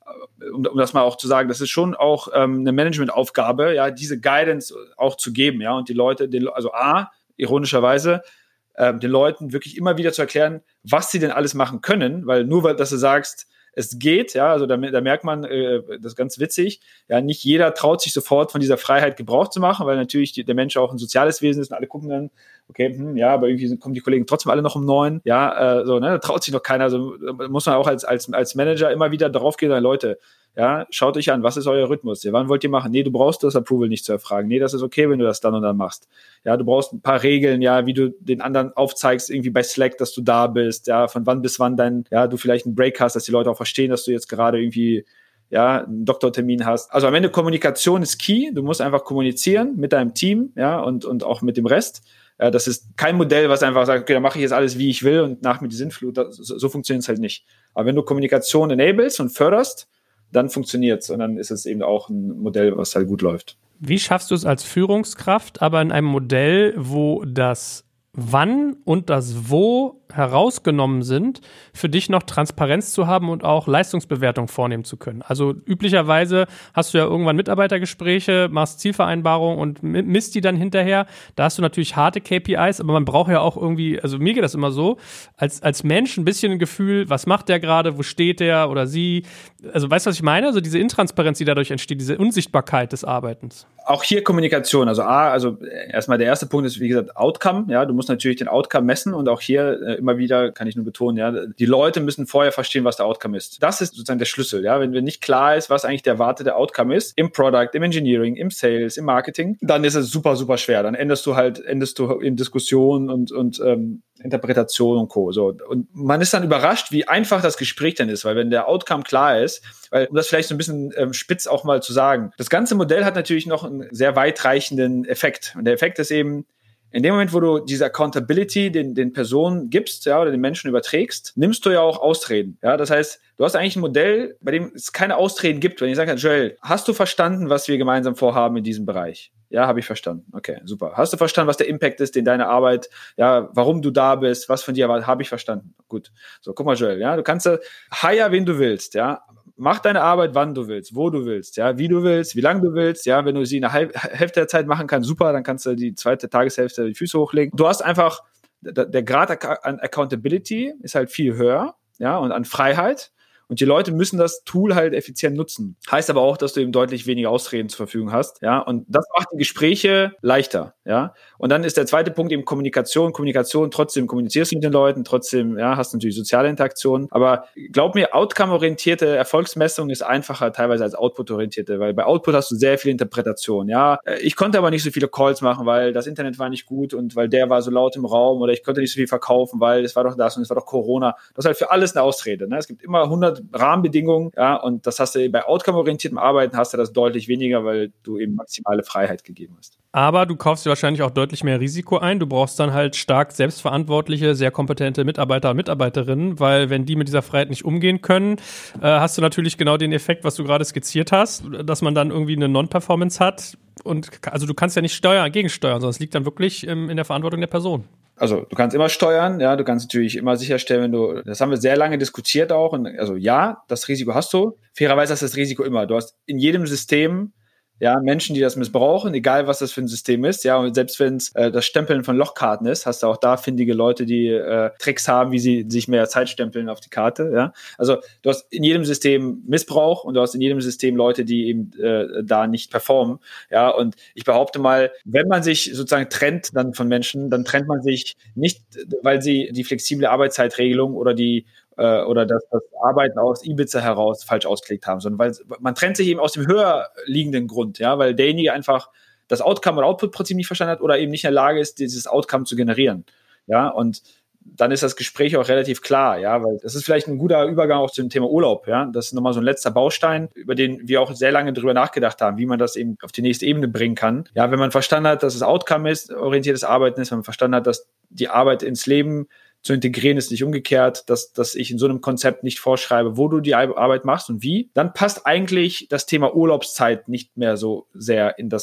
um, um das mal auch zu sagen, das ist schon auch ähm, eine Managementaufgabe, ja, diese Guidance auch zu geben, ja, und die Leute, den, also A, ironischerweise, äh, den Leuten wirklich immer wieder zu erklären, was sie denn alles machen können, weil nur weil, dass du sagst, es geht, ja, also da, da merkt man, äh, das ist ganz witzig, ja, nicht jeder traut sich sofort von dieser Freiheit Gebrauch zu machen, weil natürlich die, der Mensch auch ein soziales Wesen ist und alle gucken dann, okay, hm, ja, aber irgendwie sind, kommen die Kollegen trotzdem alle noch um neun, ja, äh, so, ne, da traut sich noch keiner, also muss man auch als, als, als Manager immer wieder darauf gehen, Leute, ja, schaut euch an, was ist euer Rhythmus? Ja, wann wollt ihr machen? Nee, du brauchst das Approval nicht zu erfragen. Nee, das ist okay, wenn du das dann und dann machst. Ja, du brauchst ein paar Regeln, ja, wie du den anderen aufzeigst, irgendwie bei Slack, dass du da bist, ja, von wann bis wann dein, ja, du vielleicht einen Break hast, dass die Leute auch verstehen, dass du jetzt gerade irgendwie, ja, einen Doktortermin hast. Also am Ende Kommunikation ist key. Du musst einfach kommunizieren mit deinem Team, ja, und, und auch mit dem Rest. Ja, das ist kein Modell, was einfach sagt, okay, dann mache ich jetzt alles, wie ich will und nach mir die Sintflut. Das, so, so funktioniert es halt nicht. Aber wenn du Kommunikation enablest und förderst, dann funktioniert's und dann ist es eben auch ein Modell, was halt gut läuft. Wie schaffst du es als Führungskraft, aber in einem Modell, wo das Wann und das Wo herausgenommen sind, für dich noch Transparenz zu haben und auch Leistungsbewertung vornehmen zu können? Also üblicherweise hast du ja irgendwann Mitarbeitergespräche, machst Zielvereinbarungen und misst die dann hinterher. Da hast du natürlich harte K P Is, aber man braucht ja auch irgendwie, also mir geht das immer so, als, als Mensch ein bisschen ein Gefühl, was macht der gerade, wo steht der oder sie? Also weißt du, was ich meine? Also diese Intransparenz, die dadurch entsteht, diese Unsichtbarkeit des Arbeitens. Auch hier Kommunikation. Also A, also erstmal der erste Punkt ist, wie gesagt, Outcome. Ja, du musst natürlich den Outcome messen und auch hier äh, immer wieder, kann ich nur betonen, ja, die Leute müssen vorher verstehen, was der Outcome ist. Das ist sozusagen der Schlüssel. Ja, wenn, wenn nicht klar ist, was eigentlich der erwartete Outcome ist, im Product, im Engineering, im Sales, im Marketing, dann ist es super, super schwer. Dann endest du halt, endest du in Diskussionen und, und ähm, Interpretation und Co. So. Und man ist dann überrascht, wie einfach das Gespräch dann ist, weil wenn der Outcome klar ist, weil, um das vielleicht so ein bisschen ähm, spitz auch mal zu sagen, das ganze Modell hat natürlich noch einen sehr weitreichenden Effekt. Und der Effekt ist eben, in dem Moment, wo du diese Accountability den, den Personen gibst, ja, oder den Menschen überträgst, nimmst du ja auch Ausreden. Ja, das heißt, du hast eigentlich ein Modell, bei dem es keine Ausreden gibt. Wenn ich sage, Joel, hast du verstanden, was wir gemeinsam vorhaben in diesem Bereich? Ja, habe ich verstanden. Okay, super. Hast du verstanden, was der Impact ist, den deine Arbeit, ja, warum du da bist, was von dir erwartet, habe ich verstanden. Gut. So, guck mal, Joel, ja, du kannst hire, wen du willst, ja. Mach deine Arbeit, wann du willst, wo du willst, ja, wie du willst, wie lange du willst, ja, wenn du sie in der Halb- Hälfte der Zeit machen kannst, super, dann kannst du die zweite Tageshälfte die Füße hochlegen. Du hast einfach, der, der Grad an Accountability ist halt viel höher, ja, und an Freiheit. Und die Leute müssen das Tool halt effizient nutzen. Heißt aber auch, dass du eben deutlich weniger Ausreden zur Verfügung hast, ja. Und das macht die Gespräche leichter, ja. Und dann ist der zweite Punkt eben Kommunikation. Kommunikation, trotzdem kommunizierst du mit den Leuten, trotzdem, ja, hast natürlich soziale Interaktion. Aber glaub mir, outcome-orientierte Erfolgsmessung ist einfacher teilweise als output-orientierte, weil bei Output hast du sehr viel Interpretation, ja. Ich konnte aber nicht so viele Calls machen, weil das Internet war nicht gut und weil der war so laut im Raum oder ich konnte nicht so viel verkaufen, weil es war doch das und es war doch Corona. Das ist halt für alles eine Ausrede, ne? Es gibt immer hundert Rahmenbedingungen, ja, und das hast du bei outcome-orientiertem Arbeiten hast du das deutlich weniger, weil du eben maximale Freiheit gegeben hast. Aber du kaufst dir wahrscheinlich auch deutlich mehr Risiko ein. Du brauchst dann halt stark selbstverantwortliche, sehr kompetente Mitarbeiter und Mitarbeiterinnen, weil wenn die mit dieser Freiheit nicht umgehen können, äh, hast du natürlich genau den Effekt, was du gerade skizziert hast, dass man dann irgendwie eine Non-Performance hat. Und also du kannst ja nicht steuern, gegensteuern, sondern es liegt dann wirklich ähm, in der Verantwortung der Person. Also du kannst immer steuern, ja, du kannst natürlich immer sicherstellen, wenn du, das haben wir sehr lange diskutiert auch, und also ja, das Risiko hast du. Fairerweise hast du das Risiko immer. Du hast in jedem System ja, Menschen, die das missbrauchen, egal was das für ein System ist, ja, und selbst wenn es äh, das Stempeln von Lochkarten ist, hast du auch da findige Leute, die äh, Tricks haben, wie sie sich mehr Zeit stempeln auf die Karte, ja. Also du hast in jedem System Missbrauch und du hast in jedem System Leute, die eben äh, da nicht performen, ja, und ich behaupte mal, wenn man sich sozusagen trennt dann von Menschen, dann trennt man sich nicht, weil sie die flexible Arbeitszeitregelung oder die oder das, das Arbeiten aus Ibiza heraus falsch ausgelegt haben, sondern weil man trennt sich eben aus dem höher liegenden Grund, ja, weil derjenige einfach das Outcome- oder Output-Prinzip nicht verstanden hat oder eben nicht in der Lage ist, dieses Outcome zu generieren, ja, und dann ist das Gespräch auch relativ klar, ja, weil das ist vielleicht ein guter Übergang auch zum Thema Urlaub, ja, das ist nochmal so ein letzter Baustein, über den wir auch sehr lange drüber nachgedacht haben, wie man das eben auf die nächste Ebene bringen kann, ja, wenn man verstanden hat, dass es Outcome ist, orientiertes Arbeiten ist, wenn man verstanden hat, dass die Arbeit ins Leben zu integrieren ist, nicht umgekehrt, dass, dass ich in so einem Konzept nicht vorschreibe, wo du die Arbeit machst und wie, dann passt eigentlich das Thema Urlaubszeit nicht mehr so sehr in das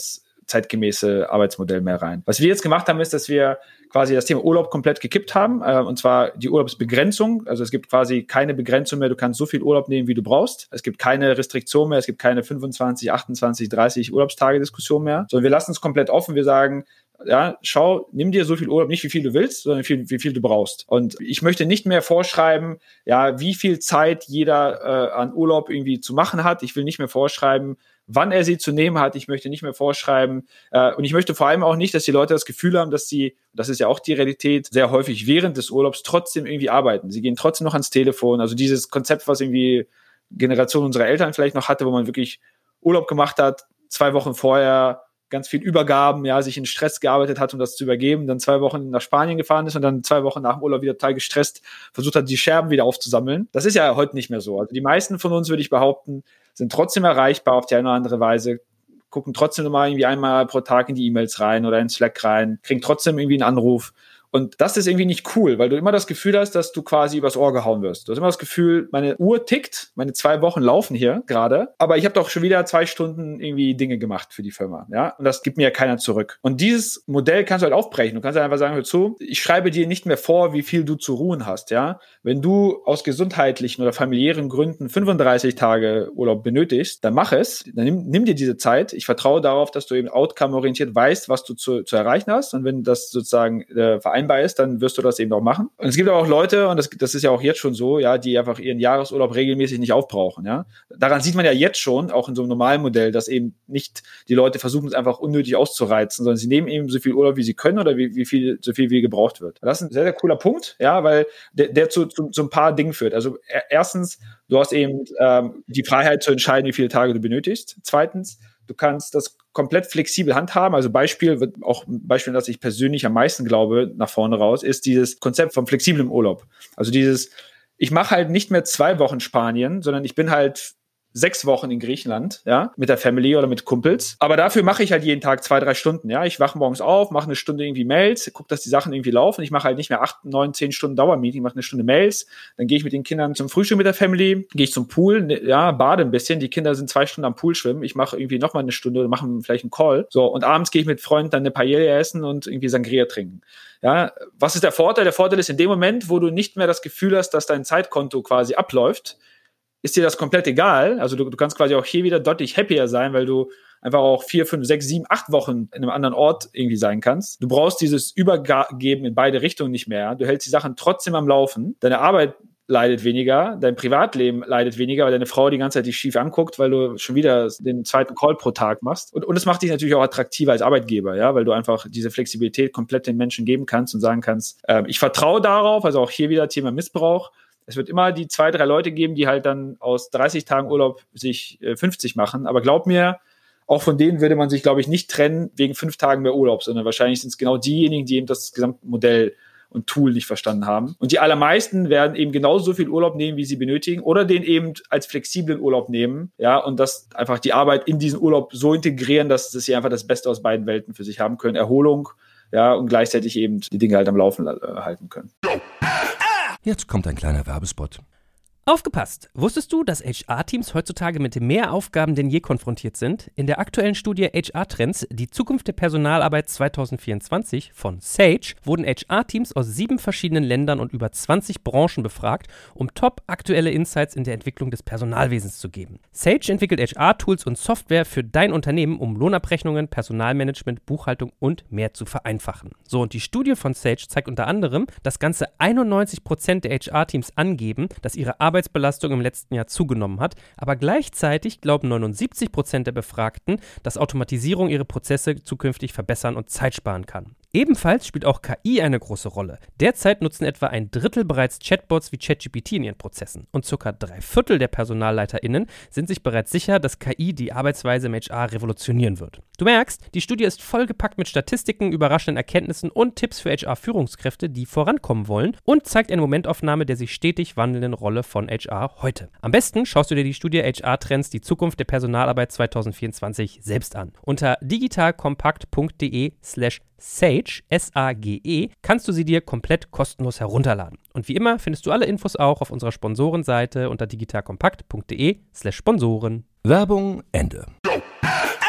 zeitgemäße Arbeitsmodell mehr rein. Was wir jetzt gemacht haben, ist, dass wir quasi das Thema Urlaub komplett gekippt haben, äh, und zwar die Urlaubsbegrenzung. Also es gibt quasi keine Begrenzung mehr, du kannst so viel Urlaub nehmen, wie du brauchst. Es gibt keine Restriktion mehr, es gibt keine fünfundzwanzig, achtundzwanzig, dreißig Urlaubstage-Diskussion mehr, sondern wir lassen es komplett offen. Wir sagen, ja, schau, nimm dir so viel Urlaub, nicht wie viel du willst, sondern wie viel, wie viel du brauchst. Und ich möchte nicht mehr vorschreiben, ja, wie viel Zeit jeder äh, an Urlaub irgendwie zu machen hat. Ich will nicht mehr vorschreiben, wann er sie zu nehmen hat. Ich möchte nicht mehr vorschreiben. Äh, und ich möchte vor allem auch nicht, dass die Leute das Gefühl haben, dass sie, das ist ja auch die Realität, sehr häufig während des Urlaubs trotzdem irgendwie arbeiten. Sie gehen trotzdem noch ans Telefon. Also dieses Konzept, was irgendwie Generation unserer Eltern vielleicht noch hatte, wo man wirklich Urlaub gemacht hat, zwei Wochen vorher, ganz viel Übergaben, ja, sich in Stress gearbeitet hat, um das zu übergeben, dann zwei Wochen nach Spanien gefahren ist und dann zwei Wochen nach dem Urlaub wieder total gestresst versucht hat, die Scherben wieder aufzusammeln. Das ist ja heute nicht mehr so. Also die meisten von uns, würde ich behaupten, sind trotzdem erreichbar auf die eine oder andere Weise, gucken trotzdem nochmal irgendwie einmal pro Tag in die E-Mails rein oder in Slack rein, kriegen trotzdem irgendwie einen Anruf. Und das ist irgendwie nicht cool, weil du immer das Gefühl hast, dass du quasi übers Ohr gehauen wirst. Du hast immer das Gefühl, meine Uhr tickt, meine zwei Wochen laufen hier gerade, aber ich habe doch schon wieder zwei Stunden irgendwie Dinge gemacht für die Firma, ja, und das gibt mir ja keiner zurück. Und dieses Modell kannst du halt aufbrechen. Du kannst halt einfach sagen, hör zu, ich schreibe dir nicht mehr vor, wie viel du zu ruhen hast, ja. Wenn du aus gesundheitlichen oder familiären Gründen fünfunddreißig Tage Urlaub benötigst, dann mach es, dann nimm, nimm dir diese Zeit. Ich vertraue darauf, dass du eben outcome-orientiert weißt, was du zu, zu erreichen hast, und wenn das sozusagen äh, vereinbart ist, dann wirst du das eben auch machen. Und es gibt aber auch Leute, und das, das ist ja auch jetzt schon so, ja, die einfach ihren Jahresurlaub regelmäßig nicht aufbrauchen, ja. Daran sieht man ja jetzt schon, auch in so einem normalen Modell, dass eben nicht die Leute versuchen, es einfach unnötig auszureizen, sondern sie nehmen eben so viel Urlaub, wie sie können, oder wie, wie viel, so viel wie gebraucht wird. Das ist ein sehr, sehr cooler Punkt, ja, weil der, der zu, zu, zu ein paar Dingen führt. Also erstens, du hast eben ähm, die Freiheit zu entscheiden, wie viele Tage du benötigst. Zweitens, du kannst das komplett flexibel handhaben. Also Beispiel, wird auch ein Beispiel, das ich persönlich am meisten glaube, nach vorne raus, ist dieses Konzept vom flexiblen Urlaub. Also dieses, ich mache halt nicht mehr zwei Wochen Spanien, sondern ich bin halt sechs Wochen in Griechenland, ja, mit der Family oder mit Kumpels. Aber dafür mache ich halt jeden Tag zwei, drei Stunden, ja. Ich wache morgens auf, mache eine Stunde irgendwie Mails, gucke, dass die Sachen irgendwie laufen. Ich mache halt nicht mehr acht, neun, zehn Stunden Dauermeeting, mache eine Stunde Mails. Dann gehe ich mit den Kindern zum Frühstück mit der Family, gehe ich zum Pool, ja, bade ein bisschen. Die Kinder sind zwei Stunden am Pool schwimmen. Ich mache irgendwie nochmal eine Stunde oder mache vielleicht einen Call. So, und abends gehe ich mit Freunden dann eine Paella essen und irgendwie Sangria trinken. Ja, was ist der Vorteil? Der Vorteil ist in dem Moment, wo du nicht mehr das Gefühl hast, dass dein Zeitkonto quasi abläuft, ist dir das komplett egal. Also du, du kannst quasi auch hier wieder deutlich happier sein, weil du einfach auch vier, fünf, sechs, sieben, acht Wochen in einem anderen Ort irgendwie sein kannst. Du brauchst dieses Übergeben in beide Richtungen nicht mehr. Du hältst die Sachen trotzdem am Laufen. Deine Arbeit leidet weniger, dein Privatleben leidet weniger, weil deine Frau die ganze Zeit dich schief anguckt, weil du schon wieder den zweiten Call pro Tag machst. Und, und es macht dich natürlich auch attraktiver als Arbeitgeber, ja, weil du einfach diese Flexibilität komplett den Menschen geben kannst und sagen kannst, äh, ich vertraue darauf, also auch hier wieder Thema Missbrauch. Es wird immer die zwei, drei Leute geben, die halt dann aus dreißig Tagen Urlaub sich äh, fünfzig machen. Aber glaub mir, auch von denen würde man sich, glaube ich, nicht trennen wegen fünf Tagen mehr Urlaub, sondern wahrscheinlich sind es genau diejenigen, die eben das Gesamtmodell und Tool nicht verstanden haben. Und die allermeisten werden eben genauso so viel Urlaub nehmen, wie sie benötigen, oder den eben als flexiblen Urlaub nehmen, ja, und das einfach die Arbeit in diesen Urlaub so integrieren, dass, dass sie einfach das Beste aus beiden Welten für sich haben können. Erholung, ja, und gleichzeitig eben die Dinge halt am Laufen äh, halten können. Jetzt kommt ein kleiner Werbespot. Aufgepasst! Wusstest du, dass H R-Teams heutzutage mit mehr Aufgaben denn je konfrontiert sind? In der aktuellen Studie H R-Trends, die Zukunft der Personalarbeit zwanzig vierundzwanzig von Sage, wurden H R-Teams aus sieben verschiedenen Ländern und über zwanzig Branchen befragt, um top aktuelle Insights in der Entwicklung des Personalwesens zu geben. Sage entwickelt H R-Tools und Software für dein Unternehmen, um Lohnabrechnungen, Personalmanagement, Buchhaltung und mehr zu vereinfachen. So, und die Studie von Sage zeigt unter anderem, dass ganze einundneunzig Prozent der H R-Teams angeben, dass ihre Arbeit Arbeitsbelastung im letzten Jahr zugenommen hat, aber gleichzeitig glauben neunundsiebzig Prozent der Befragten, dass Automatisierung ihre Prozesse zukünftig verbessern und Zeit sparen kann. Ebenfalls spielt auch K I eine große Rolle. Derzeit nutzen etwa ein Drittel bereits Chatbots wie ChatGPT in ihren Prozessen und circa drei Viertel der PersonalleiterInnen sind sich bereits sicher, dass K I die Arbeitsweise im H R revolutionieren wird. Du merkst, die Studie ist vollgepackt mit Statistiken, überraschenden Erkenntnissen und Tipps für H R-Führungskräfte, die vorankommen wollen, und zeigt eine Momentaufnahme der sich stetig wandelnden Rolle von H R heute. Am besten schaust du dir die Studie H R-Trends, die Zukunft der Personalarbeit zwanzig vierundzwanzig selbst an. Unter digitalkompakt.de slash Sage, S A G E, kannst du sie dir komplett kostenlos herunterladen. Und wie immer findest du alle Infos auch auf unserer Sponsorenseite unter digitalkompakt.de slash Sponsoren. Werbung Ende.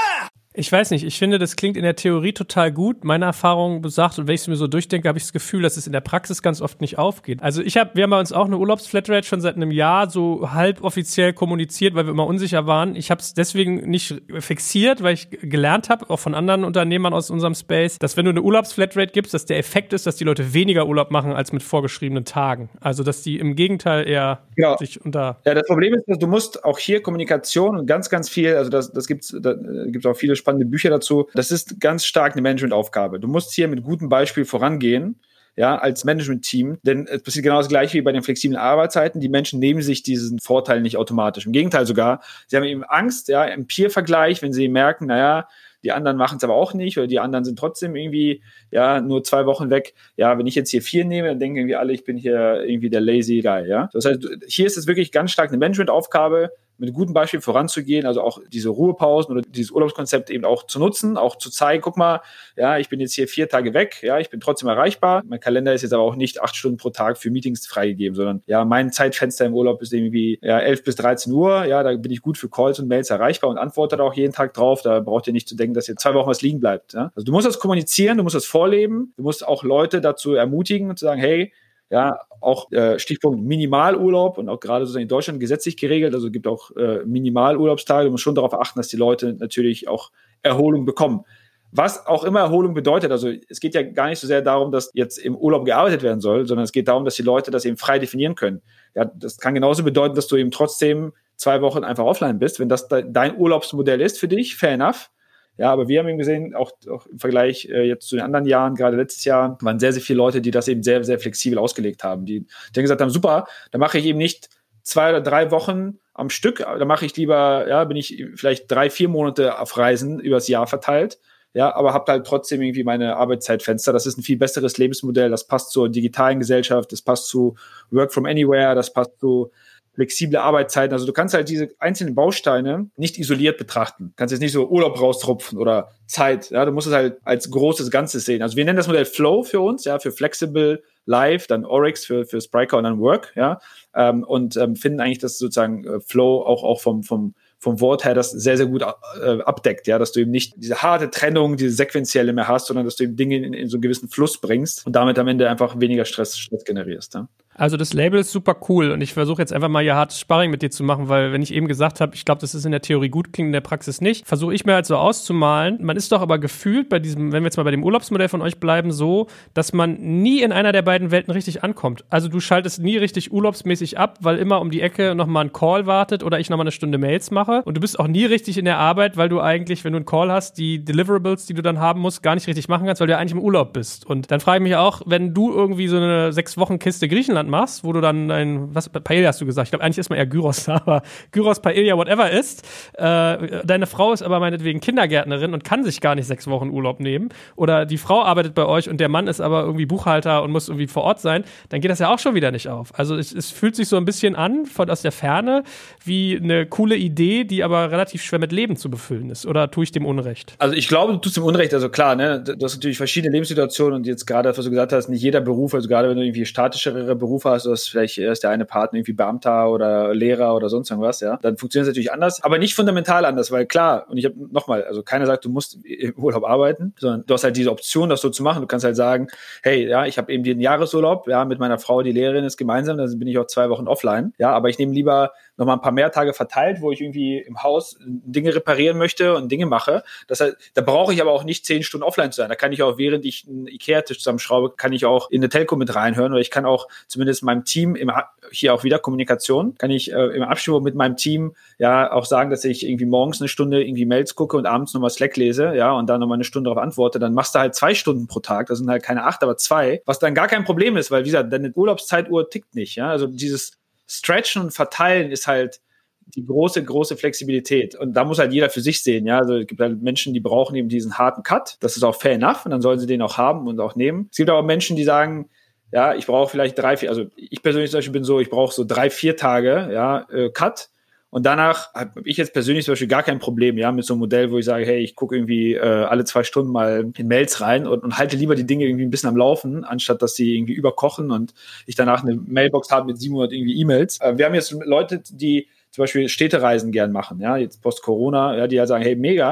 Ich weiß nicht, ich finde, das klingt in der Theorie total gut. Meine Erfahrung besagt, und wenn ich es mir so durchdenke, habe ich das Gefühl, dass es in der Praxis ganz oft nicht aufgeht. Also ich habe, wir haben bei uns auch eine Urlaubsflatrate schon seit einem Jahr so halb offiziell kommuniziert, weil wir immer unsicher waren. Ich habe es deswegen nicht fixiert, weil ich gelernt habe, auch von anderen Unternehmern aus unserem Space, dass wenn du eine Urlaubsflatrate gibst, dass der Effekt ist, dass die Leute weniger Urlaub machen als mit vorgeschriebenen Tagen. Also dass die im Gegenteil eher ja. sich unter... Ja, das Problem ist, dass du musst auch hier Kommunikation und ganz, ganz viel, also das, das gibt's, da gibt's auch viele spannende Bücher dazu. Das ist ganz stark eine Managementaufgabe. Du musst hier mit gutem Beispiel vorangehen, ja, als Management-Team, denn es passiert genau das Gleiche wie bei den flexiblen Arbeitszeiten. Die Menschen nehmen sich diesen Vorteil nicht automatisch. Im Gegenteil sogar, sie haben eben Angst, ja, im Peer-Vergleich, wenn sie merken, naja, die anderen machen es aber auch nicht oder die anderen sind trotzdem irgendwie, ja, nur zwei Wochen weg. Ja, wenn ich jetzt hier vier nehme, dann denken irgendwie alle, ich bin hier irgendwie der lazy guy, ja. Das heißt, hier ist es wirklich ganz stark eine Managementaufgabe, mit gutem Beispiel voranzugehen, also auch diese Ruhepausen oder dieses Urlaubskonzept eben auch zu nutzen, auch zu zeigen, guck mal, ja, ich bin jetzt hier vier Tage weg, ja, ich bin trotzdem erreichbar. Mein Kalender ist jetzt aber auch nicht acht Stunden pro Tag für Meetings freigegeben, sondern ja, mein Zeitfenster im Urlaub ist irgendwie ja, elf bis dreizehn Uhr, ja, da bin ich gut für Calls und Mails erreichbar und antworte da auch jeden Tag drauf. Da braucht ihr nicht zu denken, dass ihr zwei Wochen was liegen bleibt. Ja? Also du musst das kommunizieren, du musst das vorleben, du musst auch Leute dazu ermutigen und zu sagen, hey, ja, auch äh, Stichpunkt Minimalurlaub und auch gerade sozusagen in Deutschland gesetzlich geregelt, also es gibt auch äh, Minimalurlaubstage, du musst schon darauf achten, dass die Leute natürlich auch Erholung bekommen. Was auch immer Erholung bedeutet, also es geht ja gar nicht so sehr darum, dass jetzt im Urlaub gearbeitet werden soll, sondern es geht darum, dass die Leute das eben frei definieren können. Ja, das kann genauso bedeuten, dass du eben trotzdem zwei Wochen einfach offline bist, wenn das de- dein Urlaubsmodell ist für dich, fair enough. Ja, aber wir haben eben gesehen, auch, auch im Vergleich äh, jetzt zu den anderen Jahren, gerade letztes Jahr, waren sehr, sehr viele Leute, die das eben sehr, sehr flexibel ausgelegt haben. Die, die dann gesagt haben, super, da mache ich eben nicht zwei oder drei Wochen am Stück, da mache ich lieber, ja, bin ich vielleicht drei, vier Monate auf Reisen übers Jahr verteilt, ja, aber habe halt trotzdem irgendwie meine Arbeitszeitfenster. Das ist ein viel besseres Lebensmodell, das passt zur digitalen Gesellschaft, das passt zu Work from Anywhere, das passt zu flexible Arbeitszeiten. Also du kannst halt diese einzelnen Bausteine nicht isoliert betrachten. Du kannst jetzt nicht so Urlaub raustropfen oder Zeit. Ja, du musst es halt als großes Ganzes sehen. Also wir nennen das Modell Flow für uns, ja, für Flexible Life, dann Oryx für, für Spryker und dann Work, ja, ähm, und ähm, finden eigentlich, dass sozusagen äh, Flow auch, auch vom, vom, vom Wort her das sehr, sehr gut äh, abdeckt, ja, dass du eben nicht diese harte Trennung, diese sequentielle mehr hast, sondern dass du eben Dinge in, in so einen gewissen Fluss bringst und damit am Ende einfach weniger Stress, Stress generierst, ja. Also das Label ist super cool und ich versuche jetzt einfach mal hier hartes Sparring mit dir zu machen, weil wenn ich eben gesagt habe, ich glaube, das ist in der Theorie gut, klingt in der Praxis nicht, versuche ich mir halt so auszumalen. Man ist doch aber gefühlt bei diesem, wenn wir jetzt mal bei dem Urlaubsmodell von euch bleiben, so, dass man nie in einer der beiden Welten richtig ankommt. Also du schaltest nie richtig urlaubsmäßig ab, weil immer um die Ecke nochmal ein Call wartet oder ich nochmal eine Stunde Mails mache und du bist auch nie richtig in der Arbeit, weil du eigentlich, wenn du einen Call hast, die Deliverables, die du dann haben musst, gar nicht richtig machen kannst, weil du ja eigentlich im Urlaub bist. Und dann frage ich mich auch, wenn du irgendwie so eine sechs Wochen Kiste Griechenland machst, wo du dann ein, was, Paella hast du gesagt, ich glaube eigentlich ist man eher Gyros da, aber Gyros, Paella, whatever ist, äh, deine Frau ist aber meinetwegen Kindergärtnerin und kann sich gar nicht sechs Wochen Urlaub nehmen oder die Frau arbeitet bei euch und der Mann ist aber irgendwie Buchhalter und muss irgendwie vor Ort sein, dann geht das ja auch schon wieder nicht auf. Also es, es fühlt sich so ein bisschen an, von aus der Ferne, wie eine coole Idee, die aber relativ schwer mit Leben zu befüllen ist. Oder tue ich dem Unrecht? Also ich glaube, du tust dem Unrecht, also klar, ne, du hast natürlich verschiedene Lebenssituationen und jetzt gerade, was du gesagt hast, nicht jeder Beruf, also gerade wenn du irgendwie statischere Berufe hast, du hast vielleicht erst der eine Partner irgendwie Beamter oder Lehrer oder sonst irgendwas, ja, dann funktioniert es natürlich anders, aber nicht fundamental anders, weil klar, und ich habe nochmal, also keiner sagt, du musst im Urlaub arbeiten, sondern du hast halt diese Option, das so zu machen. Du kannst halt sagen, hey, ja, ich habe eben den Jahresurlaub, ja, mit meiner Frau, die Lehrerin ist gemeinsam, dann bin ich auch zwei Wochen offline, ja, aber ich nehme lieber nochmal ein paar mehr Tage verteilt, wo ich irgendwie im Haus Dinge reparieren möchte und Dinge mache. Das heißt, da brauche ich aber auch nicht zehn Stunden offline zu sein. Da kann ich auch, während ich einen Ikea-Tisch zusammenschraube, kann ich auch in eine Telco mit reinhören oder ich kann auch zumindest meinem Team, im, hier auch wieder Kommunikation, kann ich äh, im Abstimmung mit meinem Team ja auch sagen, dass ich irgendwie morgens eine Stunde irgendwie Mails gucke und abends nochmal Slack lese, ja, und dann nochmal eine Stunde darauf antworte. Dann machst du halt zwei Stunden pro Tag. Das sind halt keine acht, aber zwei, was dann gar kein Problem ist, weil, wie gesagt, deine Urlaubszeituhr tickt nicht, ja. Also dieses Stretchen und Verteilen ist halt die große, große Flexibilität. Und da muss halt jeder für sich sehen, ja. Also es gibt halt Menschen, die brauchen eben diesen harten Cut. Das ist auch fair enough und dann sollen sie den auch haben und auch nehmen. Es gibt aber Menschen, die sagen, ja, ich brauche vielleicht drei, vier, also ich persönlich zum Beispiel bin so, ich brauche so drei, vier Tage, ja, äh, Cut. Und danach habe ich jetzt persönlich zum Beispiel gar kein Problem, ja, mit so einem Modell, wo ich sage, hey, ich gucke irgendwie äh, alle zwei Stunden mal in Mails rein und, und halte lieber die Dinge irgendwie ein bisschen am Laufen, anstatt dass sie irgendwie überkochen und ich danach eine Mailbox habe mit siebenhundert irgendwie E-Mails. Äh, wir haben jetzt Leute, die zum Beispiel Städtereisen gern machen, ja, jetzt post-Corona, ja, die ja sagen, hey, mega,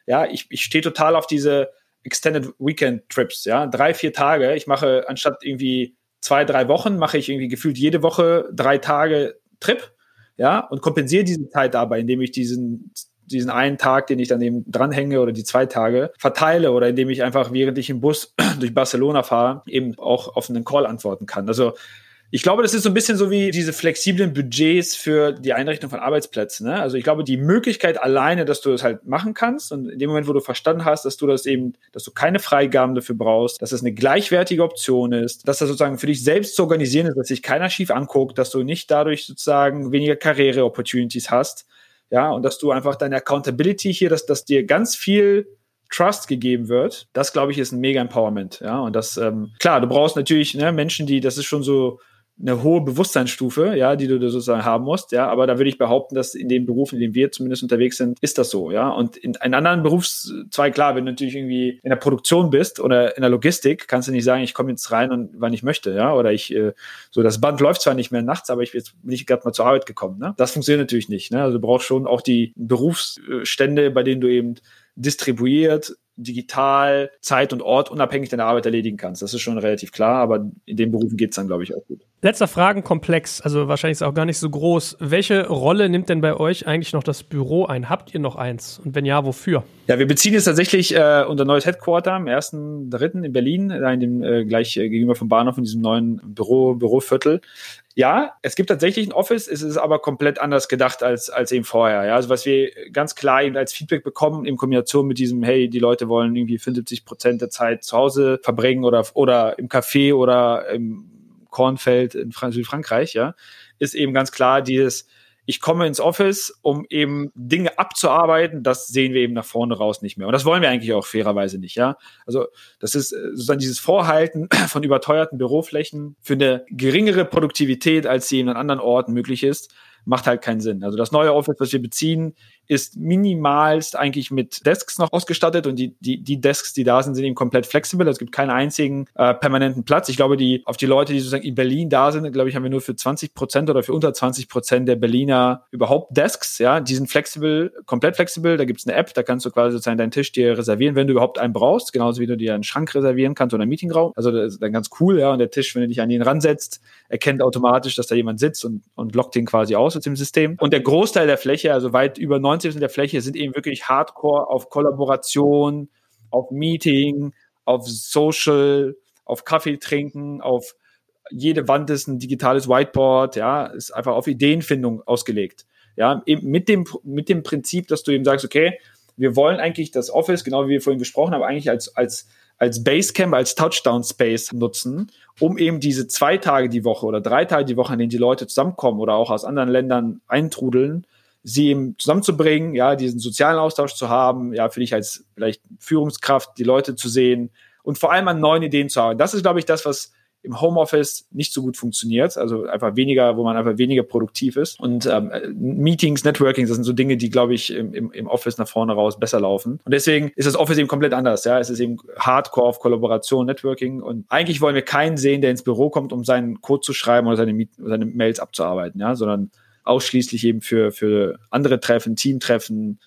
Ja, ich, ich stehe total auf diese Extended Weekend Trips, ja, drei, vier Tage. Ich mache anstatt irgendwie zwei, drei Wochen, mache ich irgendwie gefühlt jede Woche drei Tage Trip, ja, und kompensiere diese Zeit dabei, indem ich diesen diesen einen Tag, den ich dann eben dranhänge oder die zwei Tage verteile oder indem ich einfach, während ich im Bus durch Barcelona fahre, eben auch auf einen Call antworten kann. Also ich glaube, das ist so ein bisschen so wie diese flexiblen Budgets für die Einrichtung von Arbeitsplätzen. Ne? Also ich glaube, die Möglichkeit alleine, dass du das halt machen kannst und in dem Moment, wo du verstanden hast, dass du das eben, dass du keine Freigaben dafür brauchst, dass das eine gleichwertige Option ist, dass das sozusagen für dich selbst zu organisieren ist, dass sich keiner schief anguckt, dass du nicht dadurch sozusagen weniger Karriere-Opportunities hast, ja, und dass du einfach deine Accountability hier, dass, dass dir ganz viel Trust gegeben wird, das, glaube ich, ist ein mega Empowerment, ja, und das, ähm, klar, du brauchst natürlich, ne, Menschen, die, das ist schon so eine hohe Bewusstseinsstufe, ja, die du da sozusagen haben musst, ja, aber da würde ich behaupten, dass in den Berufen, in denen wir zumindest unterwegs sind, ist das so, ja, und in einem anderen Berufszweig, klar, wenn du natürlich irgendwie in der Produktion bist oder in der Logistik, kannst du nicht sagen, ich komme jetzt rein und wann ich möchte, ja, oder ich, äh, so, das Band läuft zwar nicht mehr nachts, aber ich jetzt bin ich gerade mal zur Arbeit gekommen, ne, das funktioniert natürlich nicht, ne, also du brauchst schon auch die Berufsstände, bei denen du eben distribuiert, digital, Zeit und Ort unabhängig deiner Arbeit erledigen kannst. Das ist schon relativ klar, aber in den Berufen geht's dann, glaube ich, auch gut. Letzter Fragenkomplex, also wahrscheinlich ist es auch gar nicht so groß. Welche Rolle nimmt denn bei euch eigentlich noch das Büro ein? Habt ihr noch eins? Und wenn ja, wofür? Ja, wir beziehen jetzt tatsächlich äh, unser neues Headquarter am ersten dritten in Berlin, da in dem äh, gleich äh, gegenüber vom Bahnhof in diesem neuen Büro, Büroviertel. Ja, es gibt tatsächlich ein Office, es ist aber komplett anders gedacht als als eben vorher. Ja, also was wir ganz klar eben als Feedback bekommen in Kombination mit diesem, hey, die Leute wollen irgendwie fünfundsiebzig Prozent der Zeit zu Hause verbringen oder oder im Café oder im Kornfeld in Südfrankreich, ja, ist eben ganz klar dieses, ich komme ins Office, um eben Dinge abzuarbeiten, das sehen wir eben nach vorne raus nicht mehr. Und das wollen wir eigentlich auch fairerweise nicht, ja. Also das ist sozusagen dieses Vorhalten von überteuerten Büroflächen für eine geringere Produktivität, als sie eben an anderen Orten möglich ist, macht halt keinen Sinn. Also das neue Office, was wir beziehen, ist minimalst eigentlich mit Desks noch ausgestattet und die die die Desks, die da sind, sind eben komplett flexibel. Es gibt keinen einzigen äh, permanenten Platz. Ich glaube, die auf die Leute, die sozusagen in Berlin da sind, glaube ich, haben wir nur für zwanzig Prozent oder für unter zwanzig Prozent der Berliner überhaupt Desks. Ja, die sind flexibel, komplett flexibel. Da gibt's eine App, da kannst du quasi sozusagen deinen Tisch dir reservieren, wenn du überhaupt einen brauchst. Genauso wie du dir einen Schrank reservieren kannst oder einen Meetingraum. Also das ist dann ganz cool, ja. Und der Tisch, wenn du dich an ihn ransetzt, erkennt automatisch, dass da jemand sitzt und und lockt den quasi aus aus dem System. Und der Großteil der Fläche, also weit über neunzig Prozent der Fläche, sind eben wirklich hardcore auf Kollaboration, auf Meeting, auf Social, auf Kaffee trinken, auf jede Wand ist ein digitales Whiteboard, ja, ist einfach auf Ideenfindung ausgelegt. Ja, eben mit dem, mit dem Prinzip, dass du eben sagst, okay, wir wollen eigentlich das Office, genau wie wir vorhin besprochen haben, eigentlich als, als, als Basecamp, als Touchdown-Space nutzen, um eben diese zwei Tage die Woche oder drei Tage die Woche, an denen die Leute zusammenkommen oder auch aus anderen Ländern eintrudeln, sie eben zusammenzubringen, ja, diesen sozialen Austausch zu haben, ja, für dich als vielleicht Führungskraft, die Leute zu sehen und vor allem an neuen Ideen zu arbeiten. Das ist, glaube ich, das, was im Homeoffice nicht so gut funktioniert, also einfach weniger, wo man einfach weniger produktiv ist. Und ähm, Meetings, Networking, das sind so Dinge, die, glaube ich, im, im Office nach vorne raus besser laufen. Und deswegen ist das Office eben komplett anders. Ja, es ist eben Hardcore auf Kollaboration, Networking. Und eigentlich wollen wir keinen sehen, der ins Büro kommt, um seinen Code zu schreiben oder seine, Meet- seine Mails abzuarbeiten, ja, sondern ausschließlich eben für für andere Treffen, Teamtreffen,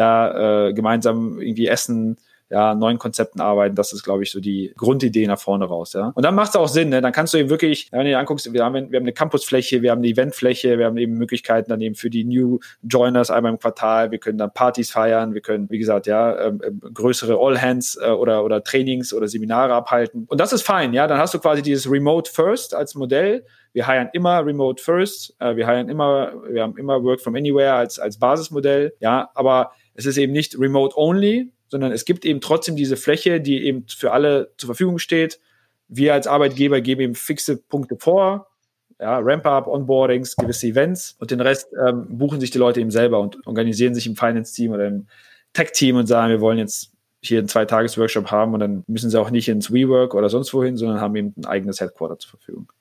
ja, äh, gemeinsam irgendwie essen, ja, neuen Konzepten arbeiten, das ist, glaube ich, so die Grundidee nach vorne raus, ja. Und dann macht es auch Sinn, ne? Dann kannst du eben wirklich, wenn du dir anguckst, wir haben, wir haben eine Campusfläche, wir haben eine Eventfläche, wir haben eben Möglichkeiten dann eben für die New Joiners einmal im Quartal, wir können dann Partys feiern, wir können, wie gesagt, ja, äh, größere All-Hands äh, oder, oder Trainings oder Seminare abhalten. Und das ist fein, ja. Dann hast du quasi dieses Remote First als Modell. Wir hiren immer Remote First, äh, wir hiren immer, wir haben immer Work from Anywhere als, als Basismodell, ja. Aber es ist eben nicht Remote Only, sondern es gibt eben trotzdem diese Fläche, die eben für alle zur Verfügung steht. Wir als Arbeitgeber geben eben fixe Punkte vor, ja, Ramp-up, Onboardings, gewisse Events und den Rest ähm, buchen sich die Leute eben selber und organisieren sich im Finance-Team oder im Tech-Team und sagen, wir wollen jetzt hier einen Zwei-Tages-Workshop haben und dann müssen sie auch nicht ins WeWork oder sonst wohin, sondern haben eben ein eigenes Headquarter zur Verfügung.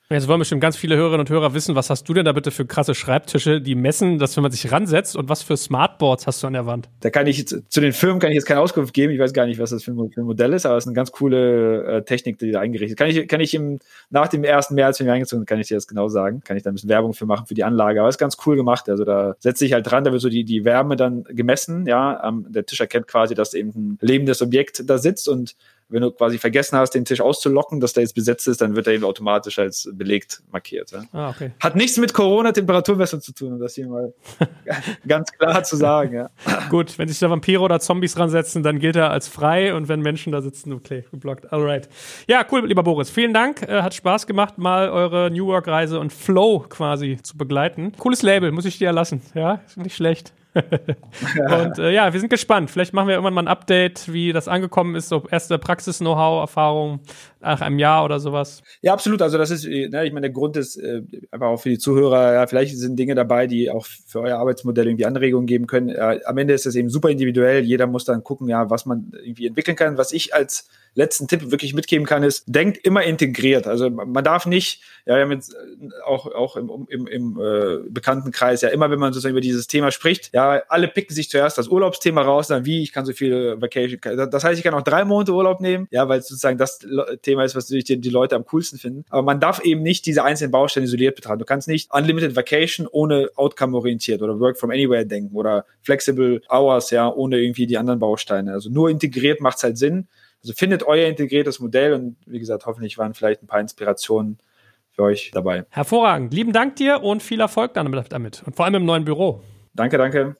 Jetzt wollen bestimmt ganz viele Hörerinnen und Hörer wissen, was hast du denn da bitte für krasse Schreibtische, die messen, dass wenn man sich ransetzt, und was für Smartboards hast du an der Wand? Da kann ich jetzt, zu den Firmen kann ich jetzt keine Auskunft geben. Ich weiß gar nicht, was das für ein, für ein Modell ist, aber es ist eine ganz coole äh, Technik, die da eingerichtet ist. Kann ich, kann ich im, nach dem ersten März, wenn wir eingezogen sind, kann ich dir das genau sagen. Kann ich da ein bisschen Werbung für machen, für die Anlage. Aber es ist ganz cool gemacht. Also da setzt sich halt dran, da wird so die, die Wärme dann gemessen. Ja, ähm, der Tisch erkennt quasi, dass eben ein lebendes Objekt da sitzt, und wenn du quasi vergessen hast, den Tisch auszulocken, dass der jetzt besetzt ist, dann wird er eben automatisch als belegt markiert. Ja. Ah, okay. Hat nichts mit Corona-Temperaturmessung zu tun, um das hier mal ganz klar zu sagen. Ja. Gut, wenn sich da Vampire oder Zombies ransetzen, dann gilt er als frei, und wenn Menschen da sitzen, okay, geblockt. Alright. Ja, cool, lieber Boris. Vielen Dank. Äh, hat Spaß gemacht, mal eure New Work-Reise und Flow quasi zu begleiten. Cooles Label, muss ich dir erlassen. Ja, ist nicht schlecht. Und äh, ja, wir sind gespannt. Vielleicht machen wir irgendwann mal ein Update, wie das angekommen ist, so erste Praxis-Know-how-Erfahrung nach einem Jahr oder sowas. Ja, absolut. Also das ist, ne, ich meine, der Grund ist äh, einfach auch für die Zuhörer, ja, vielleicht sind Dinge dabei, die auch für euer Arbeitsmodell irgendwie Anregungen geben können. Äh, am Ende ist das eben super individuell. Jeder muss dann gucken, ja, was man irgendwie entwickeln kann. Was ich als letzten Tipp wirklich mitgeben kann, ist, denkt immer integriert. Also man darf nicht, ja, wir haben jetzt auch, auch im, im, im äh, Bekanntenkreis, ja, immer wenn man sozusagen über dieses Thema spricht, ja, alle picken sich zuerst das Urlaubsthema raus, dann wie, ich kann so viel Vacation, das heißt, ich kann auch drei Monate Urlaub nehmen, ja, weil es sozusagen das Thema ist, was natürlich die, die Leute am coolsten finden. Aber man darf eben nicht diese einzelnen Bausteine isoliert betrachten. Du kannst nicht Unlimited Vacation ohne Outcome orientiert oder Work from Anywhere denken oder Flexible Hours, ja, ohne irgendwie die anderen Bausteine. Also nur integriert macht es halt Sinn. Also findet euer integriertes Modell, und wie gesagt, hoffentlich waren vielleicht ein paar Inspirationen für euch dabei. Hervorragend. Lieben Dank dir und viel Erfolg damit. Und vor allem im neuen Büro. Danke, danke.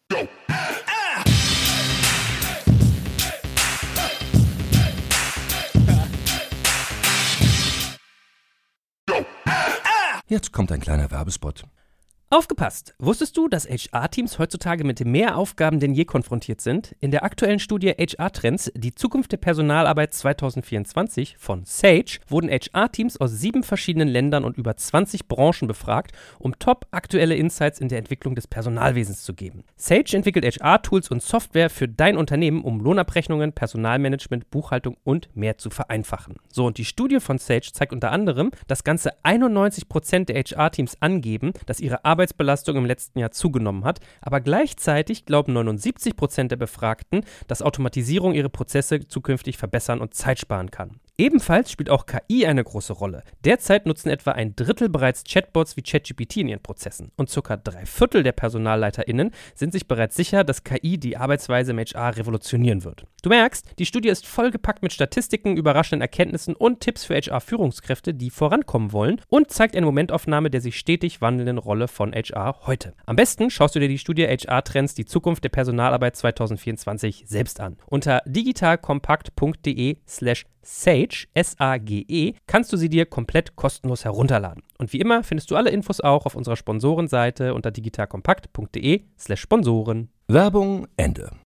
Jetzt kommt ein kleiner Werbespot. Aufgepasst! Wusstest du, dass H R-Teams heutzutage mit mehr Aufgaben denn je konfrontiert sind? In der aktuellen Studie H R-Trends, die Zukunft der Personalarbeit zwanzig vierundzwanzig von Sage, wurden H R-Teams aus sieben verschiedenen Ländern und über zwanzig Branchen befragt, um top aktuelle Insights in der Entwicklung des Personalwesens zu geben. Sage entwickelt H R-Tools und Software für dein Unternehmen, um Lohnabrechnungen, Personalmanagement, Buchhaltung und mehr zu vereinfachen. So, und die Studie von Sage zeigt unter anderem, dass ganze einundneunzig Prozent der H R-Teams angeben, dass ihre Arbeit Arbeitsbelastung im letzten Jahr zugenommen hat, aber gleichzeitig glauben neunundsiebzig Prozent der Befragten, dass Automatisierung ihre Prozesse zukünftig verbessern und Zeit sparen kann. Ebenfalls spielt auch K I eine große Rolle. Derzeit nutzen etwa ein Drittel bereits Chatbots wie ChatGPT in ihren Prozessen, und circa drei Viertel der PersonalleiterInnen sind sich bereits sicher, dass K I die Arbeitsweise im H R revolutionieren wird. Du merkst, die Studie ist vollgepackt mit Statistiken, überraschenden Erkenntnissen und Tipps für H R-Führungskräfte, die vorankommen wollen, und zeigt eine Momentaufnahme der sich stetig wandelnden Rolle von H R heute. Am besten schaust du dir die Studie H R-Trends, die Zukunft der Personalarbeit zwanzig vierundzwanzig selbst an. Unter digitalkompakt.de slash Sage, S A G E, kannst du sie dir komplett kostenlos herunterladen. Und wie immer findest du alle Infos auch auf unserer Sponsorenseite unter digitalkompakt.de slash Sponsoren. Werbung Ende.